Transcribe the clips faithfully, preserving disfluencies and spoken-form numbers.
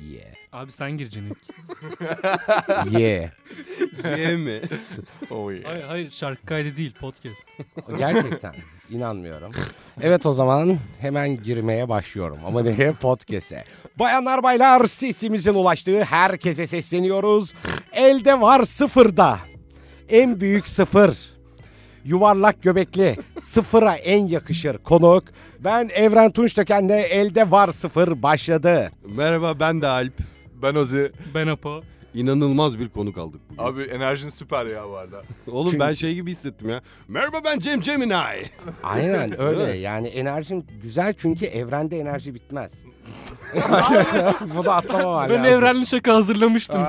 Yeah. Abi sen gireceksin ilk. Yeah. Ye mi? Oh yeah. Hayır hayır şarkı kaydı değil podcast. Gerçekten inanmıyorum. Evet o zaman hemen girmeye başlıyorum. Ama neye? Podcast'e. Bayanlar baylar sesimizin ulaştığı herkese sesleniyoruz. Elde var sıfırda. En büyük sıfır. Yuvarlak göbekli, sıfıra en yakışır konuk. Ben Evren Tunçtöken'le elde var sıfır başladı. Merhaba, ben de Alp. Ben Ozi. Ben Apo. İnanılmaz bir konuk aldık bugün. Abi enerjin süper ya bu arada. Oğlum Çünkü- ben şey gibi hissettim ya. Merhaba, ben Cem Gemini. Aynen öyle. Evet. Yani enerjim güzel çünkü evrende enerji bitmez. Bu da atlamalar Ben lazım. evrenli şaka hazırlamıştım.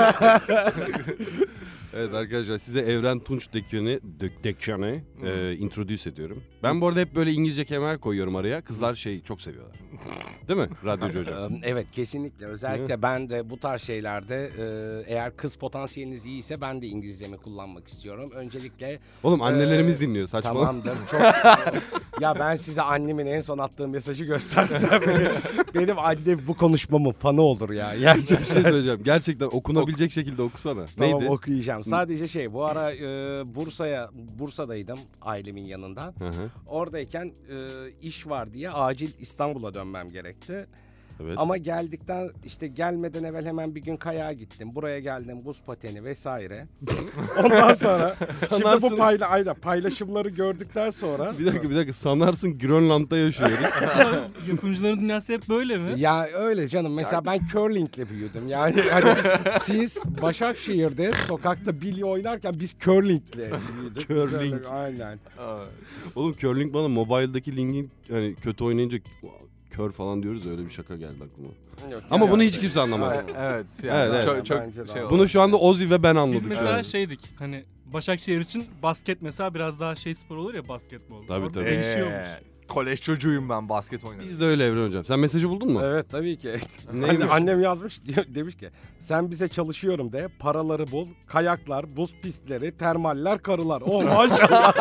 Evet arkadaşlar, size Evren Tunçtöken'i Döktekşan'ı e, introduce ediyorum. Ben bu arada hep böyle İngilizce kemer koyuyorum araya. Kızlar şey çok seviyorlar. Değil mi radyocu hocam? Evet kesinlikle. Özellikle ben de bu tarz şeylerde e, eğer kız potansiyeliniz iyiyse ben de İngilizcemi kullanmak istiyorum. Öncelikle Oğlum annelerimiz Ee, dinliyor, saçmalama. tamamdır. Çok ya ben size annemin en son attığı mesajı göstersem benim, benim annem bu konuşmamın fanı olur ya. Gerçekten. Bir şey söyleyeceğim. Gerçekten okunabilecek şekilde okusana. Tamam Neydi? okuyacağım. Sadece şey bu ara e, Bursa'ya Bursa'daydım ailemin yanında. Hı hı. Oradayken e, iş var diye acil İstanbul'a dönmem gerekti. Evet. Ama geldikten işte gelmeden evvel hemen bir gün kayağa gittim. Buraya geldim buz pateni vesaire. Ondan sonra şimdi Sanarsın- bu payla aynen paylaşımları gördükten sonra Bir dakika bir dakika, sanarsın Grönland'da yaşıyoruz. Yapımcıların dünyası hep böyle mi? ya öyle canım mesela ben curlingle büyüdüm. Yani hani siz Başakşehir'de sokakta bilye oynarken biz curlingle büyüdük. Curling. Biz öyle- Aynen. Oğlum curling bana mobile'daki linkin hani kötü oynayınca kör falan diyoruz ya, öyle bir şaka geldi aklıma. Yok, Ama yani- bunu hiç kimse anlamaz. Evet yani Evet, evet. çok, çok Bence de şey abi. Bunu şu anda Ozzy ve ben anladık. Biz mesela yani. şeydik hani Başakşehir için basket mesela biraz daha şey spor olur ya basketbol. Tabii, Orada tabii. Değişiyormuş. Ee, kolej çocuğuyum ben, basket oynadım. Biz de öyle Evren hocam. Sen mesajı buldun mu? Evet tabii ki. Neymiş? Anne, annem yazmış diyor, demiş ki sen bize çalışıyorum de paraları bul kayaklar buz pistleri termaller karılar. Oh maşallah.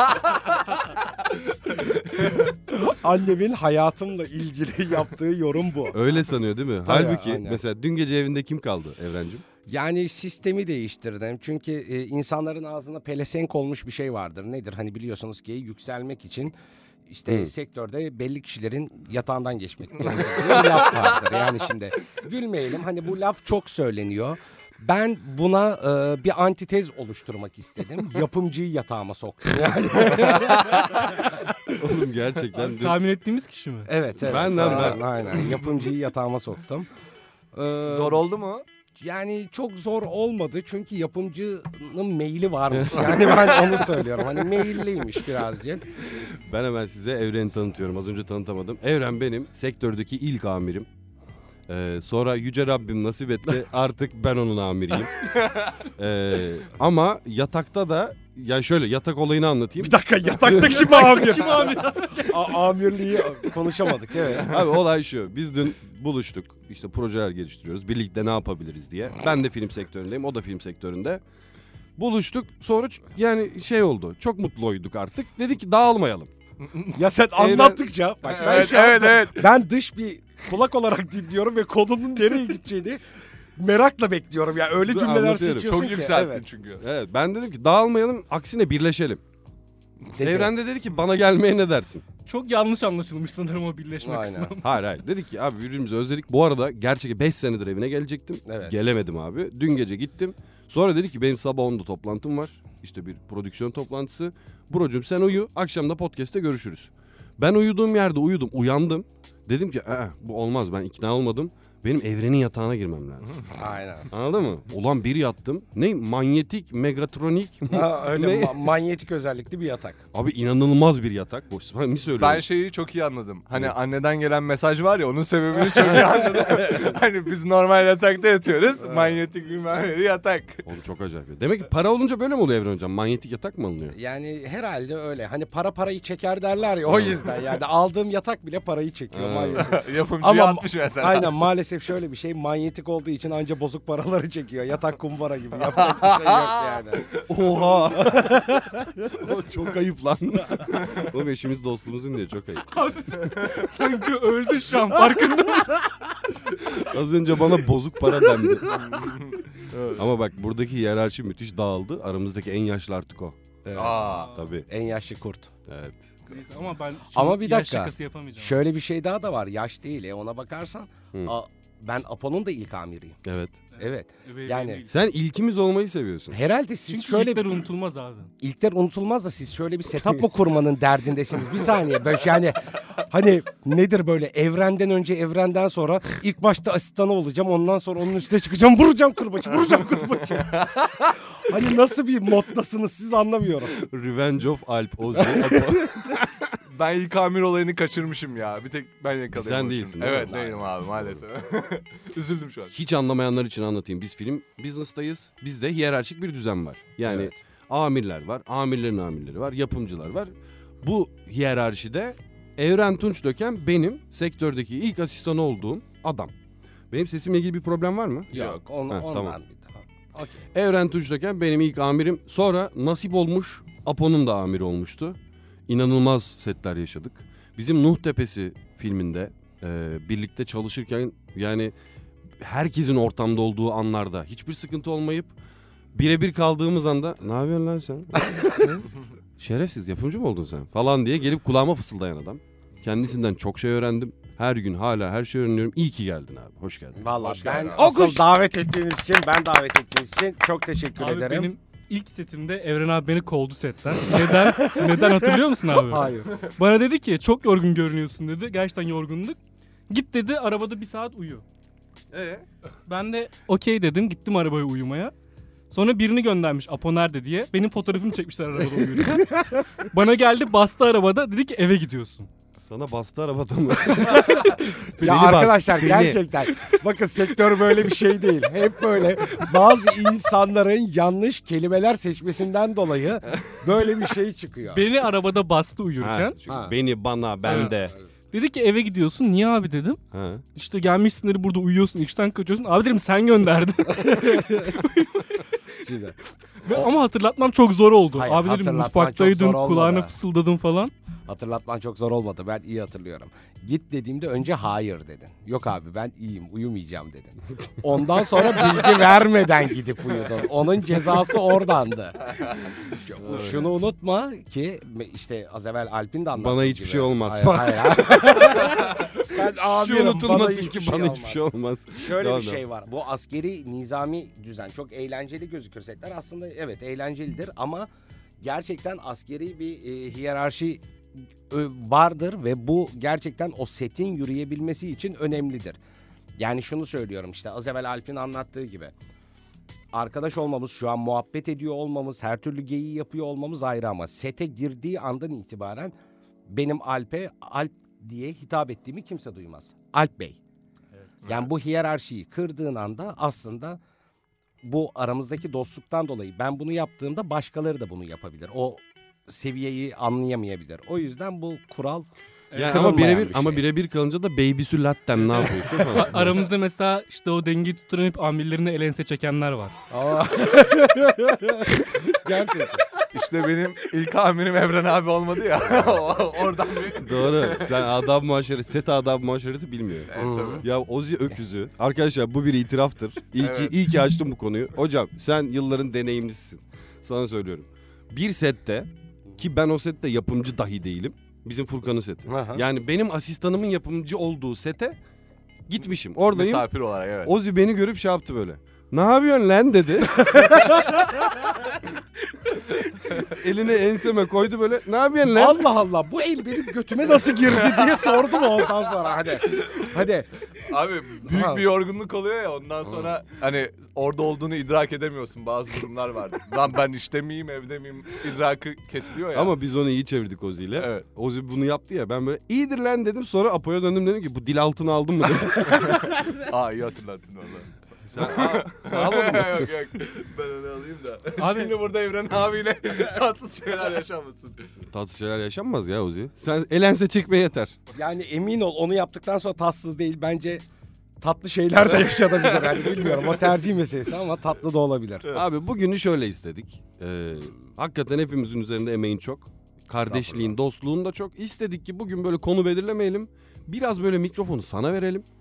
Annemin hayatımla ilgili yaptığı yorum bu. Öyle sanıyor değil mi? Tabii, Halbuki aynen. mesela dün gece evinde kim kaldı Evrencim? Yani sistemi değiştirdim. Çünkü e, insanların ağzında pelesenk olmuş bir şey vardır. Nedir? Hani biliyorsunuz ki yükselmek için işte Hı. sektörde belli kişilerin yatağından geçmek gerekiyor. Bir laf vardır. Yani şimdi gülmeyelim. Hani bu laf çok söyleniyor. Ben buna e, bir antitez oluşturmak istedim. Yapımcıyı yatağıma soktum. Yani. Oğlum gerçekten dün... Tahmin ettiğimiz kişi mi? Evet evet. Benden aynen, ben. aynen. Yapımcıyı yatağıma soktum. Ee, Zor oldu mu? Yani çok zor olmadı çünkü yapımcının maili varmış. Yani ben onu söylüyorum. Hani mailliymiş birazcık. Ben hemen size Evren'i tanıtıyorum. Az önce tanıtamadım. Evren benim sektördeki ilk amirim. Ee, sonra Yüce Rabbim nasip etti. Artık ben onun amiriyim. Ee, ama yatakta da ya şöyle yatak olayını anlatayım. Bir dakika yatakta kim amir? Kim abi? A- amirliği konuşamadık evet. Abi olay şu. Biz dün buluştuk. İşte projeler geliştiriyoruz. Birlikte ne yapabiliriz diye. Ben de film sektöründeyim. O da film sektöründe. Buluştuk. Sonra ç- yani şey oldu. Çok mutluyduk artık. Dedik ki dağılmayalım. Ya sen anlattıkça bak ben Evet, şu evet, anda evet. ben dış bir kulak olarak dinliyorum ve konunun nereye gideceğini merakla bekliyorum. Ya öyle Dur, cümleler anlatıyorum. seçiyorsun Çok ki. yükselttin Evet. çünkü. Evet, ben dedim ki dağılmayalım. Aksine birleşelim. Dedi. Evren de dedi ki bana gelmeye ne dersin? Çok yanlış anlaşılmış sanırım o birleşme Aynen. kısmı. Hayır hayır. Dedik ki abi birbirimizi özledik. Bu arada gerçekten beş senedir evine gelecektim. Evet. Gelemedim abi. Dün gece gittim. Sonra dedi ki benim sabah onda toplantım var. İşte bir prodüksiyon toplantısı. Brocum sen uyu. Akşam da podcast'te görüşürüz. Ben uyuduğum yerde uyudum. Uyandım. Dedim ki "Aa, bu olmaz, ben ikna olmadım. Benim Evren'in yatağına girmem lazım." Aynen. Anladın mı? Ulan bir yattım. Ne? Manyetik, megatronik. Ha, öyle Ne? ma- manyetik özellikli bir yatak. Abi inanılmaz bir yatak. Boş mi söylüyorum? Ben şeyi çok iyi anladım. Hani Evet. anneden gelen mesaj var ya, onun sebebini çok iyi anladım. Hani biz normal yatakta yatıyoruz. Manyetik bilmem ne yatak. Oğlum çok acayip. Demek ki para olunca böyle mi oluyor Evren hocam? Manyetik yatak mı alınıyor? Yani herhalde öyle. Hani para parayı çeker derler ya o yüzden. Yani aldığım yatak bile parayı çekiyor. Ha. Manyetik. Yapımcıya Ama atmış mesela. aynen maalesef şöyle bir şey manyetik olduğu için anca bozuk paraları çekiyor. Yatak kumbara gibi yapacak bir şey yok yani. Oha! O çok ayıp lan. Oğlum eşimiz dostumuzun diye çok ayıp. Sanki öldü şu an farkında mısın? Az önce bana bozuk para dendi. Ama bak buradaki hiyerarşi müthiş dağıldı. Aramızdaki en yaşlı artık o. Evet. Aa. Tabii. En yaşlı kurt. Evet. Neyse, ama ben Ama bir yaş dakika. şakası yapamayacağım. Şöyle bir şey daha da var. Yaş değil. E ona bakarsan Hı. a, ben Apo'nun da ilk amiriyim. Evet. Evet. Ebeveyn yani- değil. Sen ilkimiz olmayı seviyorsun. Herhalde siz Çünkü şöyle ilkler unutulmaz abi. ilkler unutulmaz da siz şöyle bir setup mı kurmanın derdindesiniz? Bir saniye böyle yani hani nedir böyle evrenden önce evrenden sonra ilk başta asistanı olacağım ondan sonra onun üstüne çıkacağım vuracağım kırbacı vuracağım kırbacı. Hani nasıl bir moddasınız siz anlamıyorum. Revenge of Alp Ozi. Ben ilk amir olayını kaçırmışım ya. Bir tek ben yakalayamamışım. Sen değilsin, değil mi? Evet değilim abi maalesef. Üzüldüm şu an. Hiç anlamayanlar için anlatayım. Biz film business'tayız. Bizde hiyerarşik bir düzen var. Yani Evet. amirler var, amirlerin amirleri var, yapımcılar var. Bu hiyerarşide Evren Tunçdöken benim sektördeki ilk asistanı olduğum adam. Benim sesimle ilgili bir problem var mı? Yok onu, Ha, ondan tamam. bir daha. Okey. Evren Tunçdöken benim ilk amirim. Sonra nasip olmuş Apo'nun da amiri olmuştu. İnanılmaz setler yaşadık. Bizim Nuh Tepesi filminde e, birlikte çalışırken yani herkesin ortamda olduğu anlarda hiçbir sıkıntı olmayıp birebir kaldığımız anda ne yapıyorsun lan sen? Şerefsiz yapımcı mı oldun sen? Falan diye gelip kulağıma fısıldayan adam. Kendisinden çok şey öğrendim. Her gün hala her şey öğreniyorum. İyi ki geldin abi. Hoş geldin. Vallahi Hoş ben geldin. asıl Alkış. davet ettiğiniz için ben davet ettiğiniz için çok teşekkür Abi ederim. benim ilk setimde Evren abi beni kovdu setten. Neden? Neden hatırlıyor musun abi? Hayır. Bana dedi ki çok yorgun görünüyorsun dedi. Gerçekten yorgunduk. Git dedi arabada bir saat uyu. Ee? Ben de okey dedim gittim arabaya uyumaya. Sonra birini göndermiş Apo nerede diye. Benim fotoğrafımı çekmişler arabada uyurken. Bana geldi bastı arabada dedi ki eve gidiyorsun. Sana bastı arabada mı? Seni Ya bas, arkadaşlar seni. gerçekten bakın sektör böyle bir şey değil. Hep böyle bazı insanların yanlış kelimeler seçmesinden dolayı böyle bir şey çıkıyor. Beni arabada bastı uyurken. Ha, çünkü Ha. beni bana bende. Dedi ki eve gidiyorsun. Niye abi dedim. Ha. İşte gelmişsin dedi burada uyuyorsun işten kaçıyorsun. Abi dedim sen gönderdin. Şimdi. Ve ama hatırlatmam çok zor oldu. Hayır, abi dedim hatırlatman mutfaktaydın çok zor olmadı. kulağına fısıldadım falan. Hatırlatman çok zor olmadı. Ben iyi hatırlıyorum. Git dediğimde önce hayır dedin. Yok abi ben iyiyim uyumayacağım dedin. Ondan sonra bilgi vermeden gidip uyudun. Onun cezası oradandı. Şunu unutma ki işte az evvel Alp'in de anlattığı Bana hiçbir gibi. şey olmaz. Hayır, hayır, hayır. Ben Şu amirim, unutulmasın hiçbir ki bana hiçbir şey olmaz. Şöyle Devam bir devam. şey var. Bu askeri nizami düzen çok eğlenceli gözükür setler. Aslında evet eğlencelidir ama gerçekten askeri bir e, hiyerarşi e, vardır ve bu gerçekten o setin yürüyebilmesi için önemlidir. Yani şunu söylüyorum işte az evvel Alp'in anlattığı gibi. Arkadaş olmamız, şu an muhabbet ediyor olmamız, her türlü geyiği yapıyor olmamız ayrı ama sete girdiği andan itibaren benim Alp'e Alp diye hitap ettiğimi kimse duymaz. Alp Bey. Yani bu hiyerarşiyi kırdığın anda aslında bu aramızdaki dostluktan dolayı ben bunu yaptığımda başkaları da bunu yapabilir. O seviyeyi anlayamayabilir. O yüzden bu kural Yani ama kırılmayan birebir bir ama şey. birebir kalınca da baby sü lattem ne yapıyorsun falan. Aramızda mesela işte o dengeyi tutturamayıp amirlerine el ense çekenler var. Aa. Gerçekten. İşte benim ilk amirim Evren abi olmadı ya. Oradan bir... Doğru. Sen adab muaşereti, set adab muaşereti bilmiyor. Evet, tabii. Ya Ozi öküzü. Arkadaşlar bu bir itiraftır. İyi ki, Evet. iyi ki açtım bu konuyu. Hocam sen yılların deneyimlisisin. Sana söylüyorum. Bir sette ki ben o sette yapımcı dahi değilim. Bizim Furkan'ın seti. Aha. Yani benim asistanımın yapımcı olduğu sete gitmişim. Oradayım. Misafir olarak evet. Ozi beni görüp şey yaptı böyle. Ne yapıyorsun lan dedi. Elini enseme koydu böyle. Ne yapıyorsun lan? Allah Allah bu el benim götüme nasıl girdi diye sordum ondan sonra hadi. Hadi. Abi büyük Ha. bir yorgunluk oluyor ya ondan sonra hani orada olduğunu idrak edemiyorsun bazı durumlar vardı. Lan ben işte miyim evde miyim idrakı kesiliyor ya. Ama biz onu iyi çevirdik Ozi ile. Evet. Ozi bunu yaptı ya ben böyle iyidir lan dedim. Sonra Apo'ya döndüm dedim ki bu dil altına aldın mı dedim. Aa iyi hatırlattın valla. Sen almadın mı? Yok yok ben onu alayım da. Abi- Şimdi burada Evren abiyle tatsız şeyler yaşamasın. Tatsız şeyler yaşanmaz ya Ozi. Sen elense çekme yeter. Yani emin ol onu yaptıktan sonra tatsız değil bence tatlı şeyler de yaşanabilir. Yani bilmiyorum o tercih meselesi ama tatlı da olabilir. Abi bugünü şöyle istedik. Ee, hakikaten hepimizin üzerinde emeğin çok. Kardeşliğin, dostluğun da çok. İstedik ki bugün böyle konu belirlemeyelim. Biraz böyle mikrofonu sana verelim.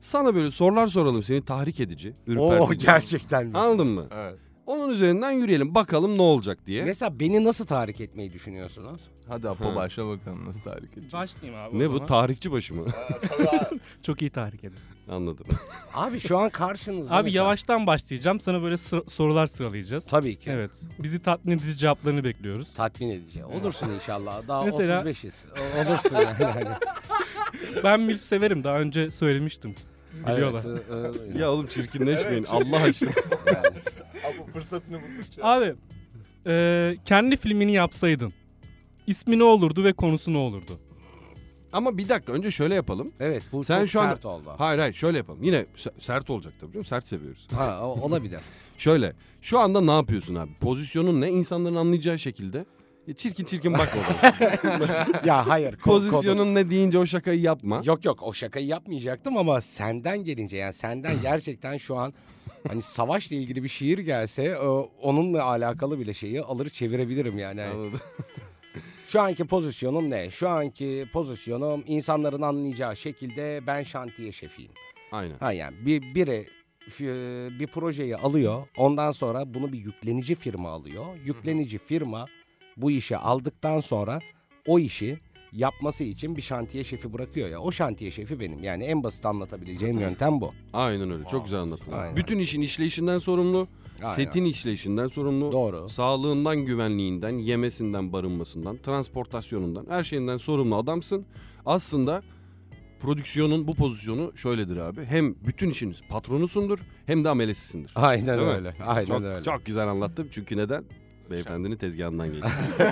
Sana böyle sorular soralım, seni tahrik edici, Oo ürpertici. gerçekten mi? Anladın mı? Evet. Onun üzerinden yürüyelim, bakalım ne olacak diye. Mesela beni nasıl tahrik etmeyi düşünüyorsunuz? Hadi Apo başla bakalım nasıl tahrik edeceğiz. Başlayayım abi o Ne zaman. bu, tahrikçi başı mı? Çok iyi tahrik edin. Anladım. Abi şu an karşınızda Abi mesela- yavaştan başlayacağım. Sana böyle sı- sorular sıralayacağız. Tabii ki. Evet. Bizi tatmin edici cevaplarını bekliyoruz. Tatmin edici. Olursun inşallah. Daha Mesela- otuz beşiz. O- Olursun yani. Ben milf severim. Daha önce söylemiştim. Biliyorlar. Evet, e, e, Ya oğlum çirkinleşmeyin Allah aşkına. yani. Apo fırsatını buldukça. Abi e, kendi filmini yapsaydın ismi ne olurdu ve konusu ne olurdu? Ama bir dakika, önce şöyle yapalım. Evet bu Sen çok şu anda- sert oldu. Hayır hayır, şöyle yapalım. Yine se- sert olacak tabii canım, sert seviyoruz. Ha, o- olabilir. Şöyle, şu anda ne yapıyorsun abi? Pozisyonun ne? İnsanların anlayacağı şekilde. Ya çirkin çirkin bak orada. Ya hayır. ko- Pozisyonun ne deyince o şakayı yapma. konu- Yok yok o şakayı yapmayacaktım ama senden gelince yani senden gerçekten şu an hani savaşla ilgili bir şiir gelse e, onunla alakalı bile şeyi alır çevirebilirim yani. Yani Anladım. şu anki pozisyonum ne? Şu anki pozisyonum insanların anlayacağı şekilde ben şantiye şefiyim. Aynen. Ha yani bir biri fi- bir projeyi alıyor. Ondan sonra bunu bir yüklenici firma alıyor. Yüklenici firma bu işi aldıktan sonra o işi yapması için bir şantiye şefi bırakıyor ya. O şantiye şefi benim. Yani en basit anlatabileceğim yöntem bu. Aynen öyle. Çok güzel anlattın. Aynen. Bütün işin işleyişinden sorumlu. Aynen. Setin işleyişinden sorumlu. Doğru. Sağlığından, güvenliğinden, yemesinden, barınmasından, transportasyonundan, her şeyinden sorumlu adamsın. Aslında prodüksiyonun bu pozisyonu şöyledir abi. Hem bütün işin patronusundur hem de amelesisindir. Aynen Değil mi? öyle. Aynen Çok, öyle. çok güzel anlattım. Çünkü neden? Beyefendinin tezgahından geçti.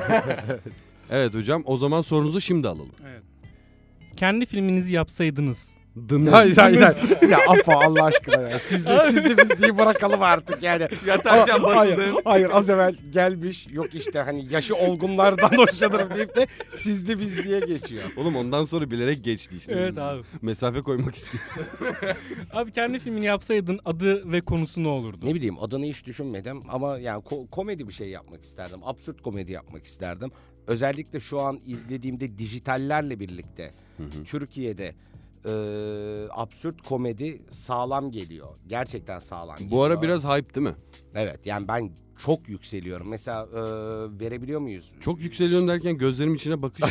Evet hocam, o zaman sorunuzu şimdi alalım. Evet. Kendi filminizi yapsaydınız. Hayır hayır hayır. Ya Apo Allah aşkına ya. Siz de, siz de biz diye bırakalım artık yani. Yatarken Ama- hayır, basıldı. hayır az evvel gelmiş yok işte hani yaşı olgunlardan hoşlanırım deyip de siz de biz diye geçiyor. Oğlum ondan sonra bilerek geçti işte. Evet abi. Mesafe koymak istiyor. Abi kendi filmini yapsaydın adı ve konusu ne olurdu? Ne bileyim adını hiç düşünmedim ama yani ko- komedi bir şey yapmak isterdim. Absürt komedi yapmak isterdim. Özellikle şu an izlediğimde dijitallerle birlikte Türkiye'de e, absürt komedi sağlam geliyor. Gerçekten sağlam geliyor. Bu ara biraz hype değil mi? Evet yani ben çok yükseliyorum. Mesela e, verebiliyor muyuz? Çok yükseliyorum derken gözlerim içine bakış.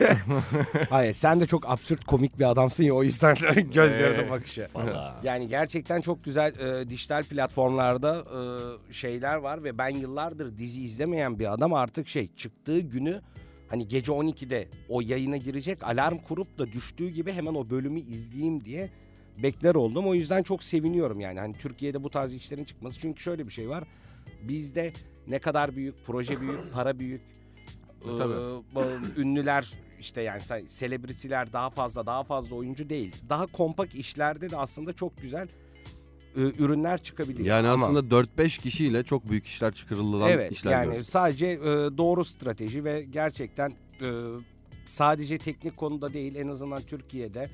Hayır sen de çok absürt komik bir adamsın ya o yüzden gözlerine Ee, bakışı. Yani gerçekten çok güzel e, dijital platformlarda e, şeyler var ve ben yıllardır dizi izlemeyen bir adam artık şey çıktığı günü hani gece on ikide o yayına girecek alarm kurup da düştüğü gibi hemen o bölümü izleyeyim diye bekler oldum. O yüzden çok seviniyorum yani hani Türkiye'de bu tarz işlerin çıkması. Çünkü şöyle bir şey var. Bizde ne kadar büyük, proje büyük, para büyük, E, tabii. e, ünlüler işte yani say- selebritiler daha fazla daha fazla oyuncu değil. Daha kompakt işlerde de aslında çok güzel e, ürünler çıkabiliyor. Yani Ama- aslında dört beş kişiyle çok büyük işler çıkarılan evet işler yani gördüm. sadece e, doğru strateji ve gerçekten e, sadece teknik konuda değil en azından Türkiye'de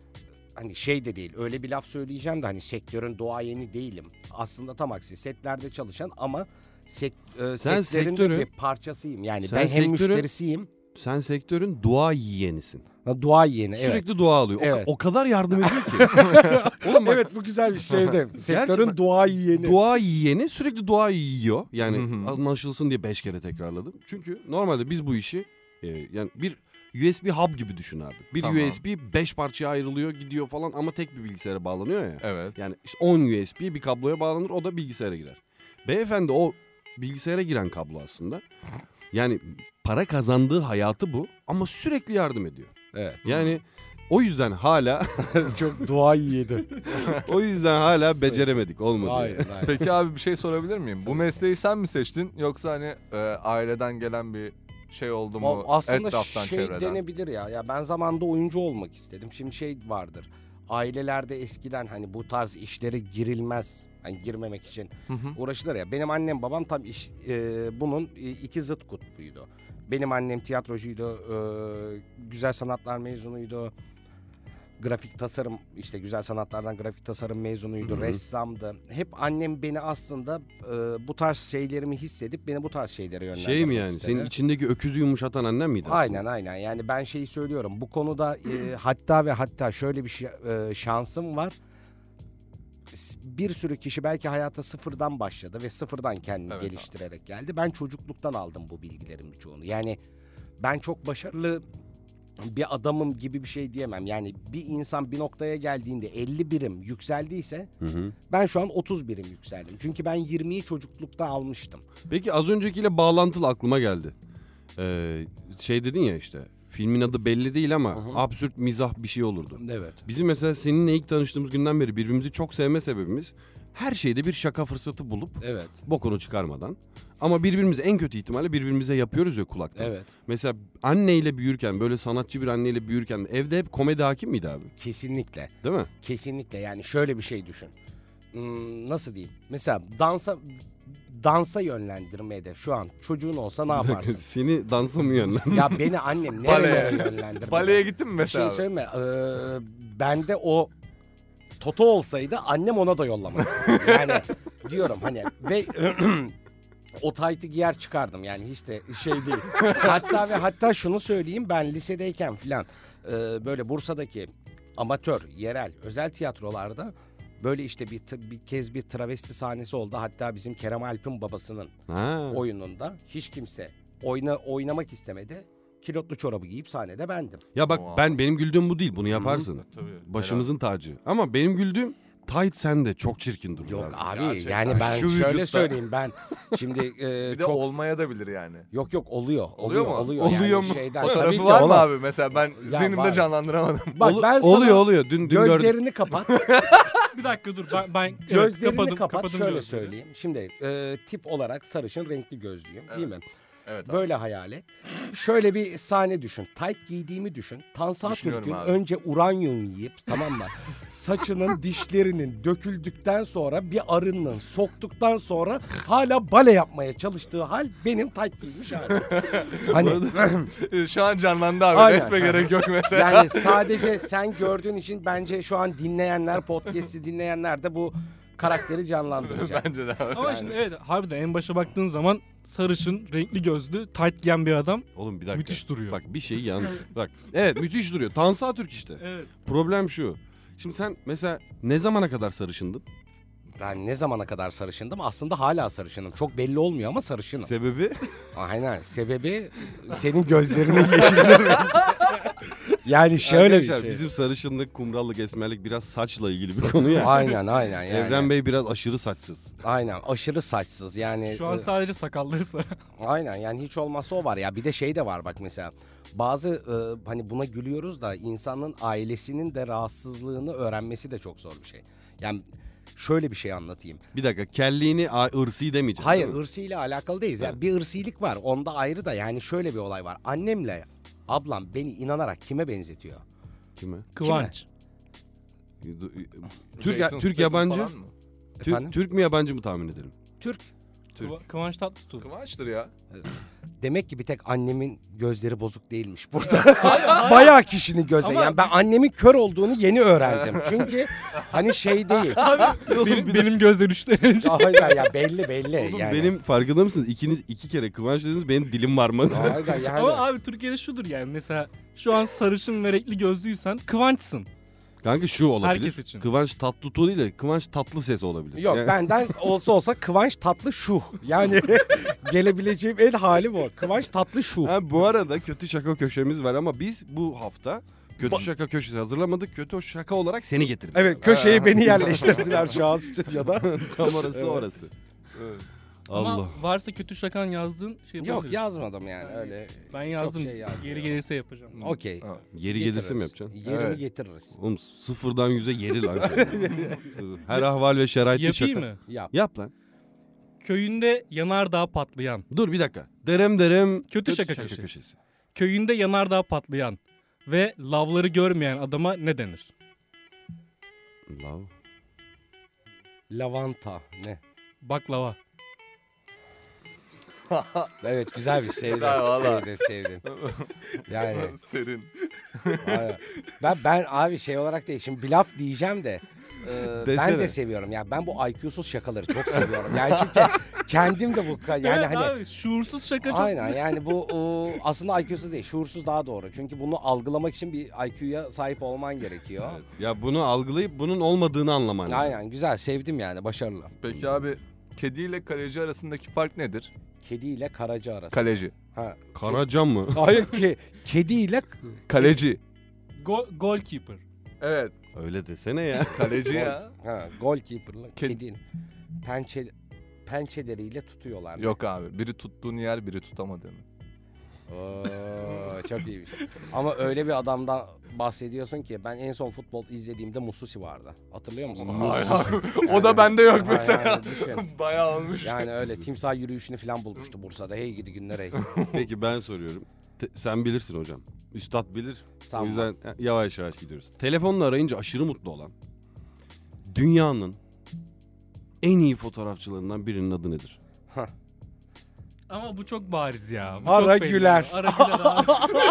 hani şey de değil öyle bir laf söyleyeceğim de hani sektörün duayeni değilim. Aslında tam aksi setlerde çalışan ama sek, e, Sen sektörün de sektörü- bir parçasıyım. Yani Sen ben hem sektörü- müşterisiyim. Sen sektörün dua yiyenisin. Ha, dua yeni evet. Sürekli dua alıyor. O, Evet. o kadar yardım ediyor ki. Oğlum bak, Evet bu güzel bir şeydi. Sektörün Gerçi bak- dua yeni. dua yiyeni sürekli dua yiyor. Yani Hı hı. anlaşılsın diye beş kere tekrarladım. Çünkü normalde biz bu işi e, yani bir U S B hub gibi düşün abi. Bir Tamam. U S B beş parçaya ayrılıyor gidiyor falan ama tek bir bilgisayara bağlanıyor ya. Evet. Yani işte on U S B bir kabloya bağlanır, o da bilgisayara girer. Beyefendi o bilgisayara giren kablo aslında. Yani para kazandığı hayatı bu ama sürekli yardım ediyor. Evet. Yani o yüzden hala Çok dua yedi. o yüzden hala beceremedik, olmadı. Hayır, yani. hayır. Peki abi bir şey sorabilir miyim? Bu mesleği sen mi seçtin yoksa hani e, aileden gelen bir şey oldu mu O aslında etraftan şey çevreden? denebilir ya. Ya ben zamanında oyuncu olmak istedim. Şimdi şey vardır. Ailelerde eskiden hani bu tarz işlere girilmez. Hani girmemek için Hı hı. uğraşılır ya. Benim annem babam tam iş, e, bunun e, iki zıt kutbuydu. Benim annem tiyatrocuydu, e, güzel sanatlar mezunuydu. Grafik tasarım işte güzel sanatlardan grafik tasarım mezunuydu, Hı hı. ressamdı. Hep annem beni aslında e, bu tarz şeylerimi hissedip beni bu tarz şeylere yönlendirmek Şey mi yani, istedi. senin içindeki öküzü yumuşatan annen miydi aslında? Aynen aynen yani ben şeyi söylüyorum bu konuda e, hatta ve hatta şöyle bir şey, e, şansım var. s- bir sürü kişi belki hayata sıfırdan başladı ve sıfırdan kendini Evet, geliştirerek geldi. Ben çocukluktan aldım bu bilgilerin birçoğunu. Yani ben çok başarılı bir adamım gibi bir şey diyemem. Yani bir insan bir noktaya geldiğinde elli birim yükseldiyse Hı hı. ben şu an otuz birim yükseldim. Çünkü ben yirmiyi çocuklukta almıştım. Peki az öncekiyle bağlantılı aklıma geldi. Ee, şey dedin ya işte filmin adı belli değil ama Hı hı. absürt mizah bir şey olurdu. Evet. Bizim mesela seninle ilk tanıştığımız günden beri birbirimizi çok sevme sebebimiz her şeyde bir şaka fırsatı bulup Evet. bokunu çıkarmadan. Ama birbirimize en kötü ihtimalle birbirimize yapıyoruz ya kulaktan. Evet. Mesela anneyle büyürken böyle sanatçı bir anneyle büyürken evde hep komedi hakim miydi abi? Kesinlikle. Değil mi? Kesinlikle. Yani şöyle bir şey düşün. Hmm, nasıl diyeyim? Mesela dansa dansa yönlendirmeye de şu an çocuğun olsa ne yaparsın? Seni dansa mı yönlendirdin? Ya beni annem Baleye. nerelere yönlendirdi? Baleye gittin mi Bir mesela? şey söyleme. Ee, bende o Toto olsaydı annem ona da yollamak isterdi. Yani diyorum hani ve o taytı giyer çıkardım yani hiç de şey değil. Hatta ve hatta şunu söyleyeyim, ben lisedeyken filan e, böyle Bursa'daki amatör, yerel, özel tiyatrolarda böyle işte bir, t- bir kez bir travesti sahnesi oldu. Hatta bizim Kerem Alp'in babasının Ha. oyununda hiç kimse oyna oynamak istemedi. Kilotlu çorabı giyip sahnede bendim. Ya bak Wow. ben benim güldüğüm bu değil. Bunu yaparsın. Tabii. Başımızın tacı. Ama benim güldüğüm tight sende çok çirkin duruyor. Yok abi. abi Gerçekten. yani ben Şu şöyle vücutta. söyleyeyim, ben şimdi e, Bir de çok olmaya da bilir yani. yok yok oluyor Oluyor oluyor mu? oluyor, Oluyor yani mu? şeyden, O tabii tarafı ki var mı olan- abi? Mesela ben Ya zihnimde var. canlandıramadım. Bak Olu- ben sana oluyor oluyor. Dün dün gördüm. gözlerini kapat. Bir dakika dur ben, ben evet, Gözlerini kapadım, kapat, kapadım şöyle gözleri. söyleyeyim. Şimdi e, tip olarak sarışın renkli gözlüyüm, değil mi? Evet abi. Böyle hayal et. Şöyle bir sahne düşün. Tight giydiğimi düşün. Tansa Düşünüyorum Türk'ün abi. önce uranyum yiyip, tamam mı? Saçının dişlerinin döküldükten sonra bir arının soktuktan sonra hala bale yapmaya çalıştığı hal benim tight giymiş halim. Hani Şu an canlandı abi. Aynen. Resme gerek yok mesela. yani sadece sen gördüğün için bence şu an dinleyenler, podcast'i dinleyenler de bu karakteri canlandıracak. Bence de abi. Ama Yani. şimdi evet harbiden en başa baktığın zaman sarışın, renkli gözlü, tight giyen bir adam Oğlum bir dakika. müthiş duruyor. Bak bir şey yanlış. Bak evet müthiş duruyor. Tansa Türk işte. Evet. Problem şu. Şimdi sen mesela ne zamana kadar sarışındın? Ben ne zamana kadar sarışındım? Aslında hala sarışınım. Çok belli olmuyor ama sarışınım. Sebebi? Aynen. Sebebi senin gözlerinin yeşilliği. Yani şöyle bir Arkadaşlar şey. bizim sarışınlık, kumrallık, esmerlik biraz saçla ilgili bir konu ya. Aynen aynen yani. Evren Bey biraz aşırı saçsız. Aynen aşırı saçsız yani. Şu an e, sadece sakalları sarı. Aynen yani hiç olmazsa o var ya. Bir de şey de var bak mesela. Bazı e, hani buna gülüyoruz da insanın ailesinin de rahatsızlığını öğrenmesi de çok zor bir şey. Yani şöyle bir şey anlatayım. Bir dakika kelliğini a- ırsi demeyeceğim. Hayır, değil mi? ırsiyle alakalı değiliz. Yani Evet. bir ırsilik var. Onda ayrı da yani şöyle bir olay var. Annemle ablam beni inanarak kime benzetiyor? Kime? Kıvanç. Türk, Jason Türk Statham yabancı. falan mı? Türk, Efendim? Türk mü yabancı mı tahmin edelim? Türk. Türk. Kıva- Kıvanç Tatlıtuğ. Kıvanç'tır ya. Demek ki bir tek annemin gözleri bozuk değilmiş burada. Bayağı kişinin gözü. Ama- Yani ben annemin kör olduğunu yeni öğrendim. Çünkü hani şey değil. benim, benim gözler üç derece. Aynen ya belli belli. Oğlum yani. benim farkında mısınız? İkiniz iki kere Kıvanç dediniz benim dilim varmadı. Aynen yani. Ama abi Türkiye'de şudur yani mesela şu an sarışın ve renkli gözlüysen Kıvanç'sın. Kanka şu olabilir. Herkes için. Kıvanç Tatlıtuğ değil de Kıvanç Tatlı Ses olabilir. Yok Yani- benden olsa olsa Kıvanç Tatlı Şuh. Yani gelebileceğim en hali bu. Kıvanç Tatlı Şuh. Ha, bu arada kötü şaka köşemiz var ama biz bu hafta kötü şaka köşesi hazırlamadık. Kötü şaka olarak seni getirdik. Evet, köşeye beni yerleştirdiler şu an stüdyoda. Tam orası Evet. orası. Evet. Allah. Ama varsa kötü şakan yazdığın şey Yok yapabiliriz. yazmadım yani öyle. Ben yazdım. şey yazdım Yeri ya. gelirse yapacağım. Okey. Ha. Yeri gelirse mi Getiririz. yapacaksın? Yerini Evet. getiririz. Oğlum sıfırdan yüze yeri lan. Her ahval ve şeraitte şaka. Yapayım mı? Yap. Yap lan. Köyünde yanardağ patlayan. Dur bir dakika. Derem derem. Kötü şaka köşesi. Köyünde yanardağ patlayan ve lavları görmeyen adama ne denir? Lav. Lavanta. Ne? Baklava. Evet güzel bir sevdim. Güzel, valla. sevdim sevdim. Yani Serin. aynen. ben ben abi şey olarak değil şimdi bir laf diyeceğim de e, ben Desene. de seviyorum ya. Ben bu I Q'suz şakaları çok seviyorum. Yani çünkü kendim de bu ka- yani evet hani abi şuursuz şaka çok. aynen yani bu o, aslında I Q'su değil, şuursuz daha doğru. Çünkü bunu algılamak için bir I Q'ya sahip olman gerekiyor. Evet. Ya bunu algılayıp bunun olmadığını anlaman lazım. Aynen, güzel, sevdim yani, başarılı. Peki abi kedi ile kaleci arasındaki fark nedir? Kedi ile karaca arası. Kaleci. Ha. Karacan mı? Hayır ki kedi ile Kaleci. Go- goalkeeper. Evet. Öyle desene ya. Kaleci ya. ha, goalkeeper'la Ked- kedinin pençe pençeleriyle tutuyorlar. Yok abi. Biri tuttuğun yer, biri tutamadığını. Oo, çok iyiymiş. Ama öyle bir adamdan bahsediyorsun ki ben en son futbol izlediğimde Mususi vardı. Hatırlıyor musun? Hayır Mususi. abi. O da bende yok Yani mesela. düşün. Bayağı olmuş. Yani öyle timsah yürüyüşünü falan bulmuştu Bursa'da. Hey gidi günler hey. Peki ben soruyorum. Te- sen bilirsin hocam. Üstad bilir. Sanma. O yüzden yavaş yavaş gidiyoruz. Telefonla arayınca aşırı mutlu olan dünyanın en iyi fotoğrafçılarından birinin adı nedir? Ama bu çok bariz ya. Bu Ara çok belli. Güler. Ara Güler abi.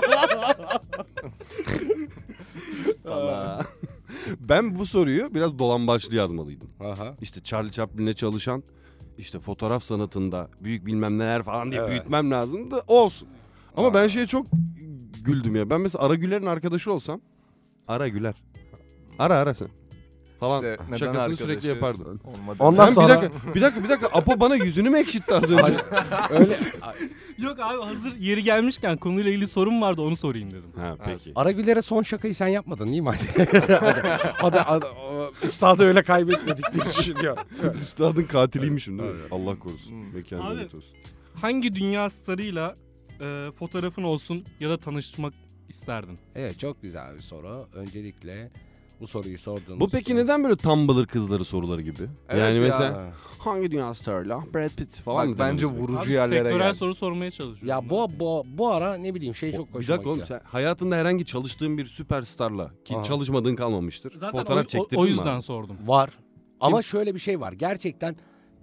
Falan. Ben bu soruyu biraz dolambaçlı yazmalıydım. Aha. İşte Charlie Chaplin'le çalışan, işte fotoğraf sanatında büyük bilmem neler falan diye Evet. büyütmem lazımdı. Olsun. Ama Aa. ben şeye çok güldüm ya. Ben mesela Ara Güler'in arkadaşı olsam, Ara Güler. Ara ara sen. Falan İşte neden şakasını arkadaşı sürekli yapardım. olmadı? Ondan Sen sonra- bir dakika, bir dakika, bir dakika. Apo bana yüzünü mü ekşitti az önce? Öyle. Yok abi hazır yeri gelmişken konuyla ilgili sorum vardı onu sorayım dedim. Ha peki. Aragüler'e son şakayı sen yapmadın değil mi? Hadi, hadi, hadi, hadi o üstadı öyle kaybetmedik diye düşünüyorum. Üstadın katiliymişim değil mi? Evet. Allah korusun. Hmm. Mekanı Abi- cennet olsun. Hangi dünya starıyla e, fotoğrafın olsun ya da tanışmak isterdin? Evet, çok güzel bir soru. Öncelikle bu soruyu sorduğunuz Bu peki neden böyle Tumblr kızları soruları gibi? Evet yani ya. mesela Ha. hangi dünya starıyla? Brad Pitt falan mı Bak bence dememiz vurucu Abi yerlere sektörel geldi. soru sormaya çalışıyorum. Ya bu, bu bu ara ne bileyim şey çok Bir hoşuma dakika oğlum gidiyor. sen hayatında herhangi çalıştığın bir süperstarla ki Aha. çalışmadığın kalmamıştır. Zaten Fotoğraf o, çektirdin o, o mi yüzden abi? sordum. Var. Ama şöyle bir şey var. Gerçekten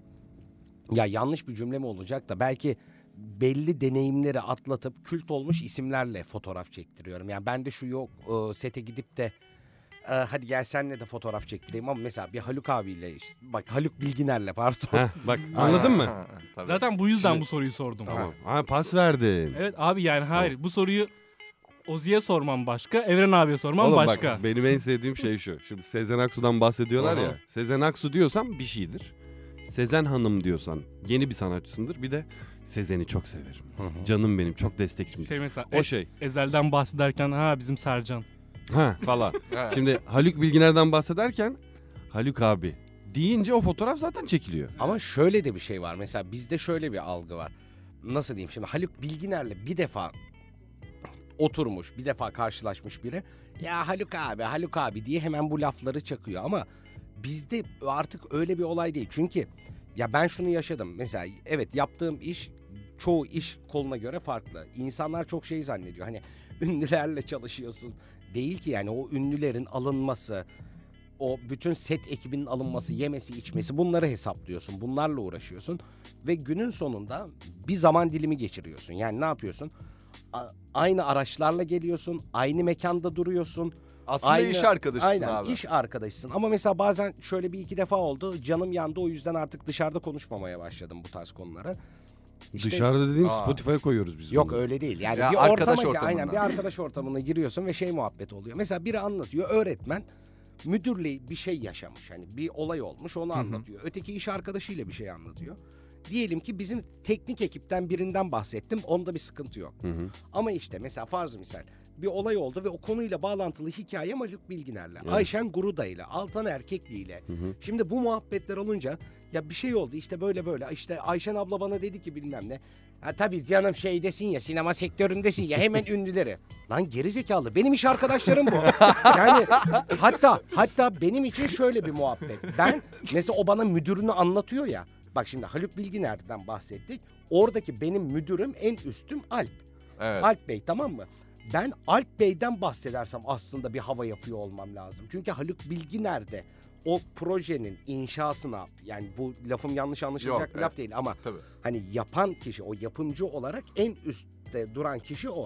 ya yanlış bir cümle mi olacak da belki belli deneyimleri atlatıp kült olmuş isimlerle fotoğraf çektiriyorum. Yani ben de şu yok e, sete gidip de e, hadi gel senle de fotoğraf çektireyim ama mesela bir Haluk abiyle işte, bak Haluk Bilginer'le pardon. Heh, bak anladın mı? Ha, tabii. Zaten bu yüzden Şimdi- bu soruyu sordum. Tamam. Ha, pas verdin. Evet abi yani hayır bu soruyu Ozi'ye sormam başka, Evren abiye sormam Oğlum başka. bak benim en sevdiğim şey şu. Şimdi Sezen Aksu'dan bahsediyorlar Aha. ya. Sezen Aksu diyorsan bir şeydir. Sezen Hanım diyorsan yeni bir sanatçısındır. Bir de Sezen'i çok severim. Canım benim çok destekçimdir. Şey mesela O e- şey. Ezel'den bahsederken ha bizim Sercan. Ha falan. Ha. Şimdi Haluk Bilginer'den bahsederken Haluk abi deyince o fotoğraf zaten çekiliyor. Ama şöyle de bir şey var. Mesela bizde şöyle bir algı var. Nasıl diyeyim şimdi Haluk Bilginer'le bir defa oturmuş, bir defa karşılaşmış biri. Ya Haluk abi, Haluk abi diye hemen bu lafları çakıyor ama bizde artık öyle bir olay değil. Çünkü ya ben şunu yaşadım. Mesela evet yaptığım iş çoğu iş koluna göre farklı. İnsanlar çok şey zannediyor. Hani ünlülerle çalışıyorsun. Değil ki yani o ünlülerin alınması, o bütün set ekibinin alınması, yemesi, içmesi bunları hesaplıyorsun. Bunlarla uğraşıyorsun. Ve günün sonunda bir zaman dilimi geçiriyorsun. Yani ne yapıyorsun? A- aynı araçlarla geliyorsun. Aynı mekanda duruyorsun. Aslında Aynı- iş arkadaşısın Aynen abi. iş arkadaşısın. Ama mesela bazen şöyle bir iki defa oldu. Canım yandı, o yüzden artık dışarıda konuşmamaya başladım bu tarz konuları. İşte- Dışarıda dediğin Aa. Spotify'a koyuyoruz biz Yok bunu. öyle değil. Yani Ya bir arkadaş ortama, aynen ortamında. bir arkadaş ortamına giriyorsun ve şey muhabbet oluyor. Mesela biri anlatıyor, öğretmen müdürle bir şey yaşamış. Hani bir olay olmuş, onu anlatıyor. Öteki iş arkadaşıyla bir şey anlatıyor. Diyelim ki bizim teknik ekipten birinden bahsettim. Onda bir sıkıntı yok. Hı hı. Ama işte mesela farz misal bir olay oldu ve o konuyla bağlantılı hikaye Haluk Bilginer'le, Evet. Ayşen Guruda'yla, Altan Erkekli'yle. Hı hı. Şimdi bu muhabbetler olunca ya bir şey oldu işte böyle böyle. İşte Ayşen abla bana dedi ki bilmem ne. Ha tabii canım şeydesin ya, sinema sektöründesin ya, hemen ünlüleri. Lan gerizekalı, benim iş arkadaşlarım bu. Yani hatta hatta benim için şöyle bir muhabbet. Ben mesela o bana müdürünü anlatıyor ya. Bak şimdi Haluk Bilginer'den bahsettik. Oradaki benim müdürüm en üstüm Alp. Evet. Alp Bey, tamam mı? Ben Alp Bey'den bahsedersem aslında bir hava yapıyor olmam lazım. Çünkü Haluk Bilginer'de o projenin inşasına, yani bu lafım yanlış anlaşılacak Yok, bir laf evet. değil ama Tabii. hani yapan kişi, o yapımcı olarak en üstte duran kişi o.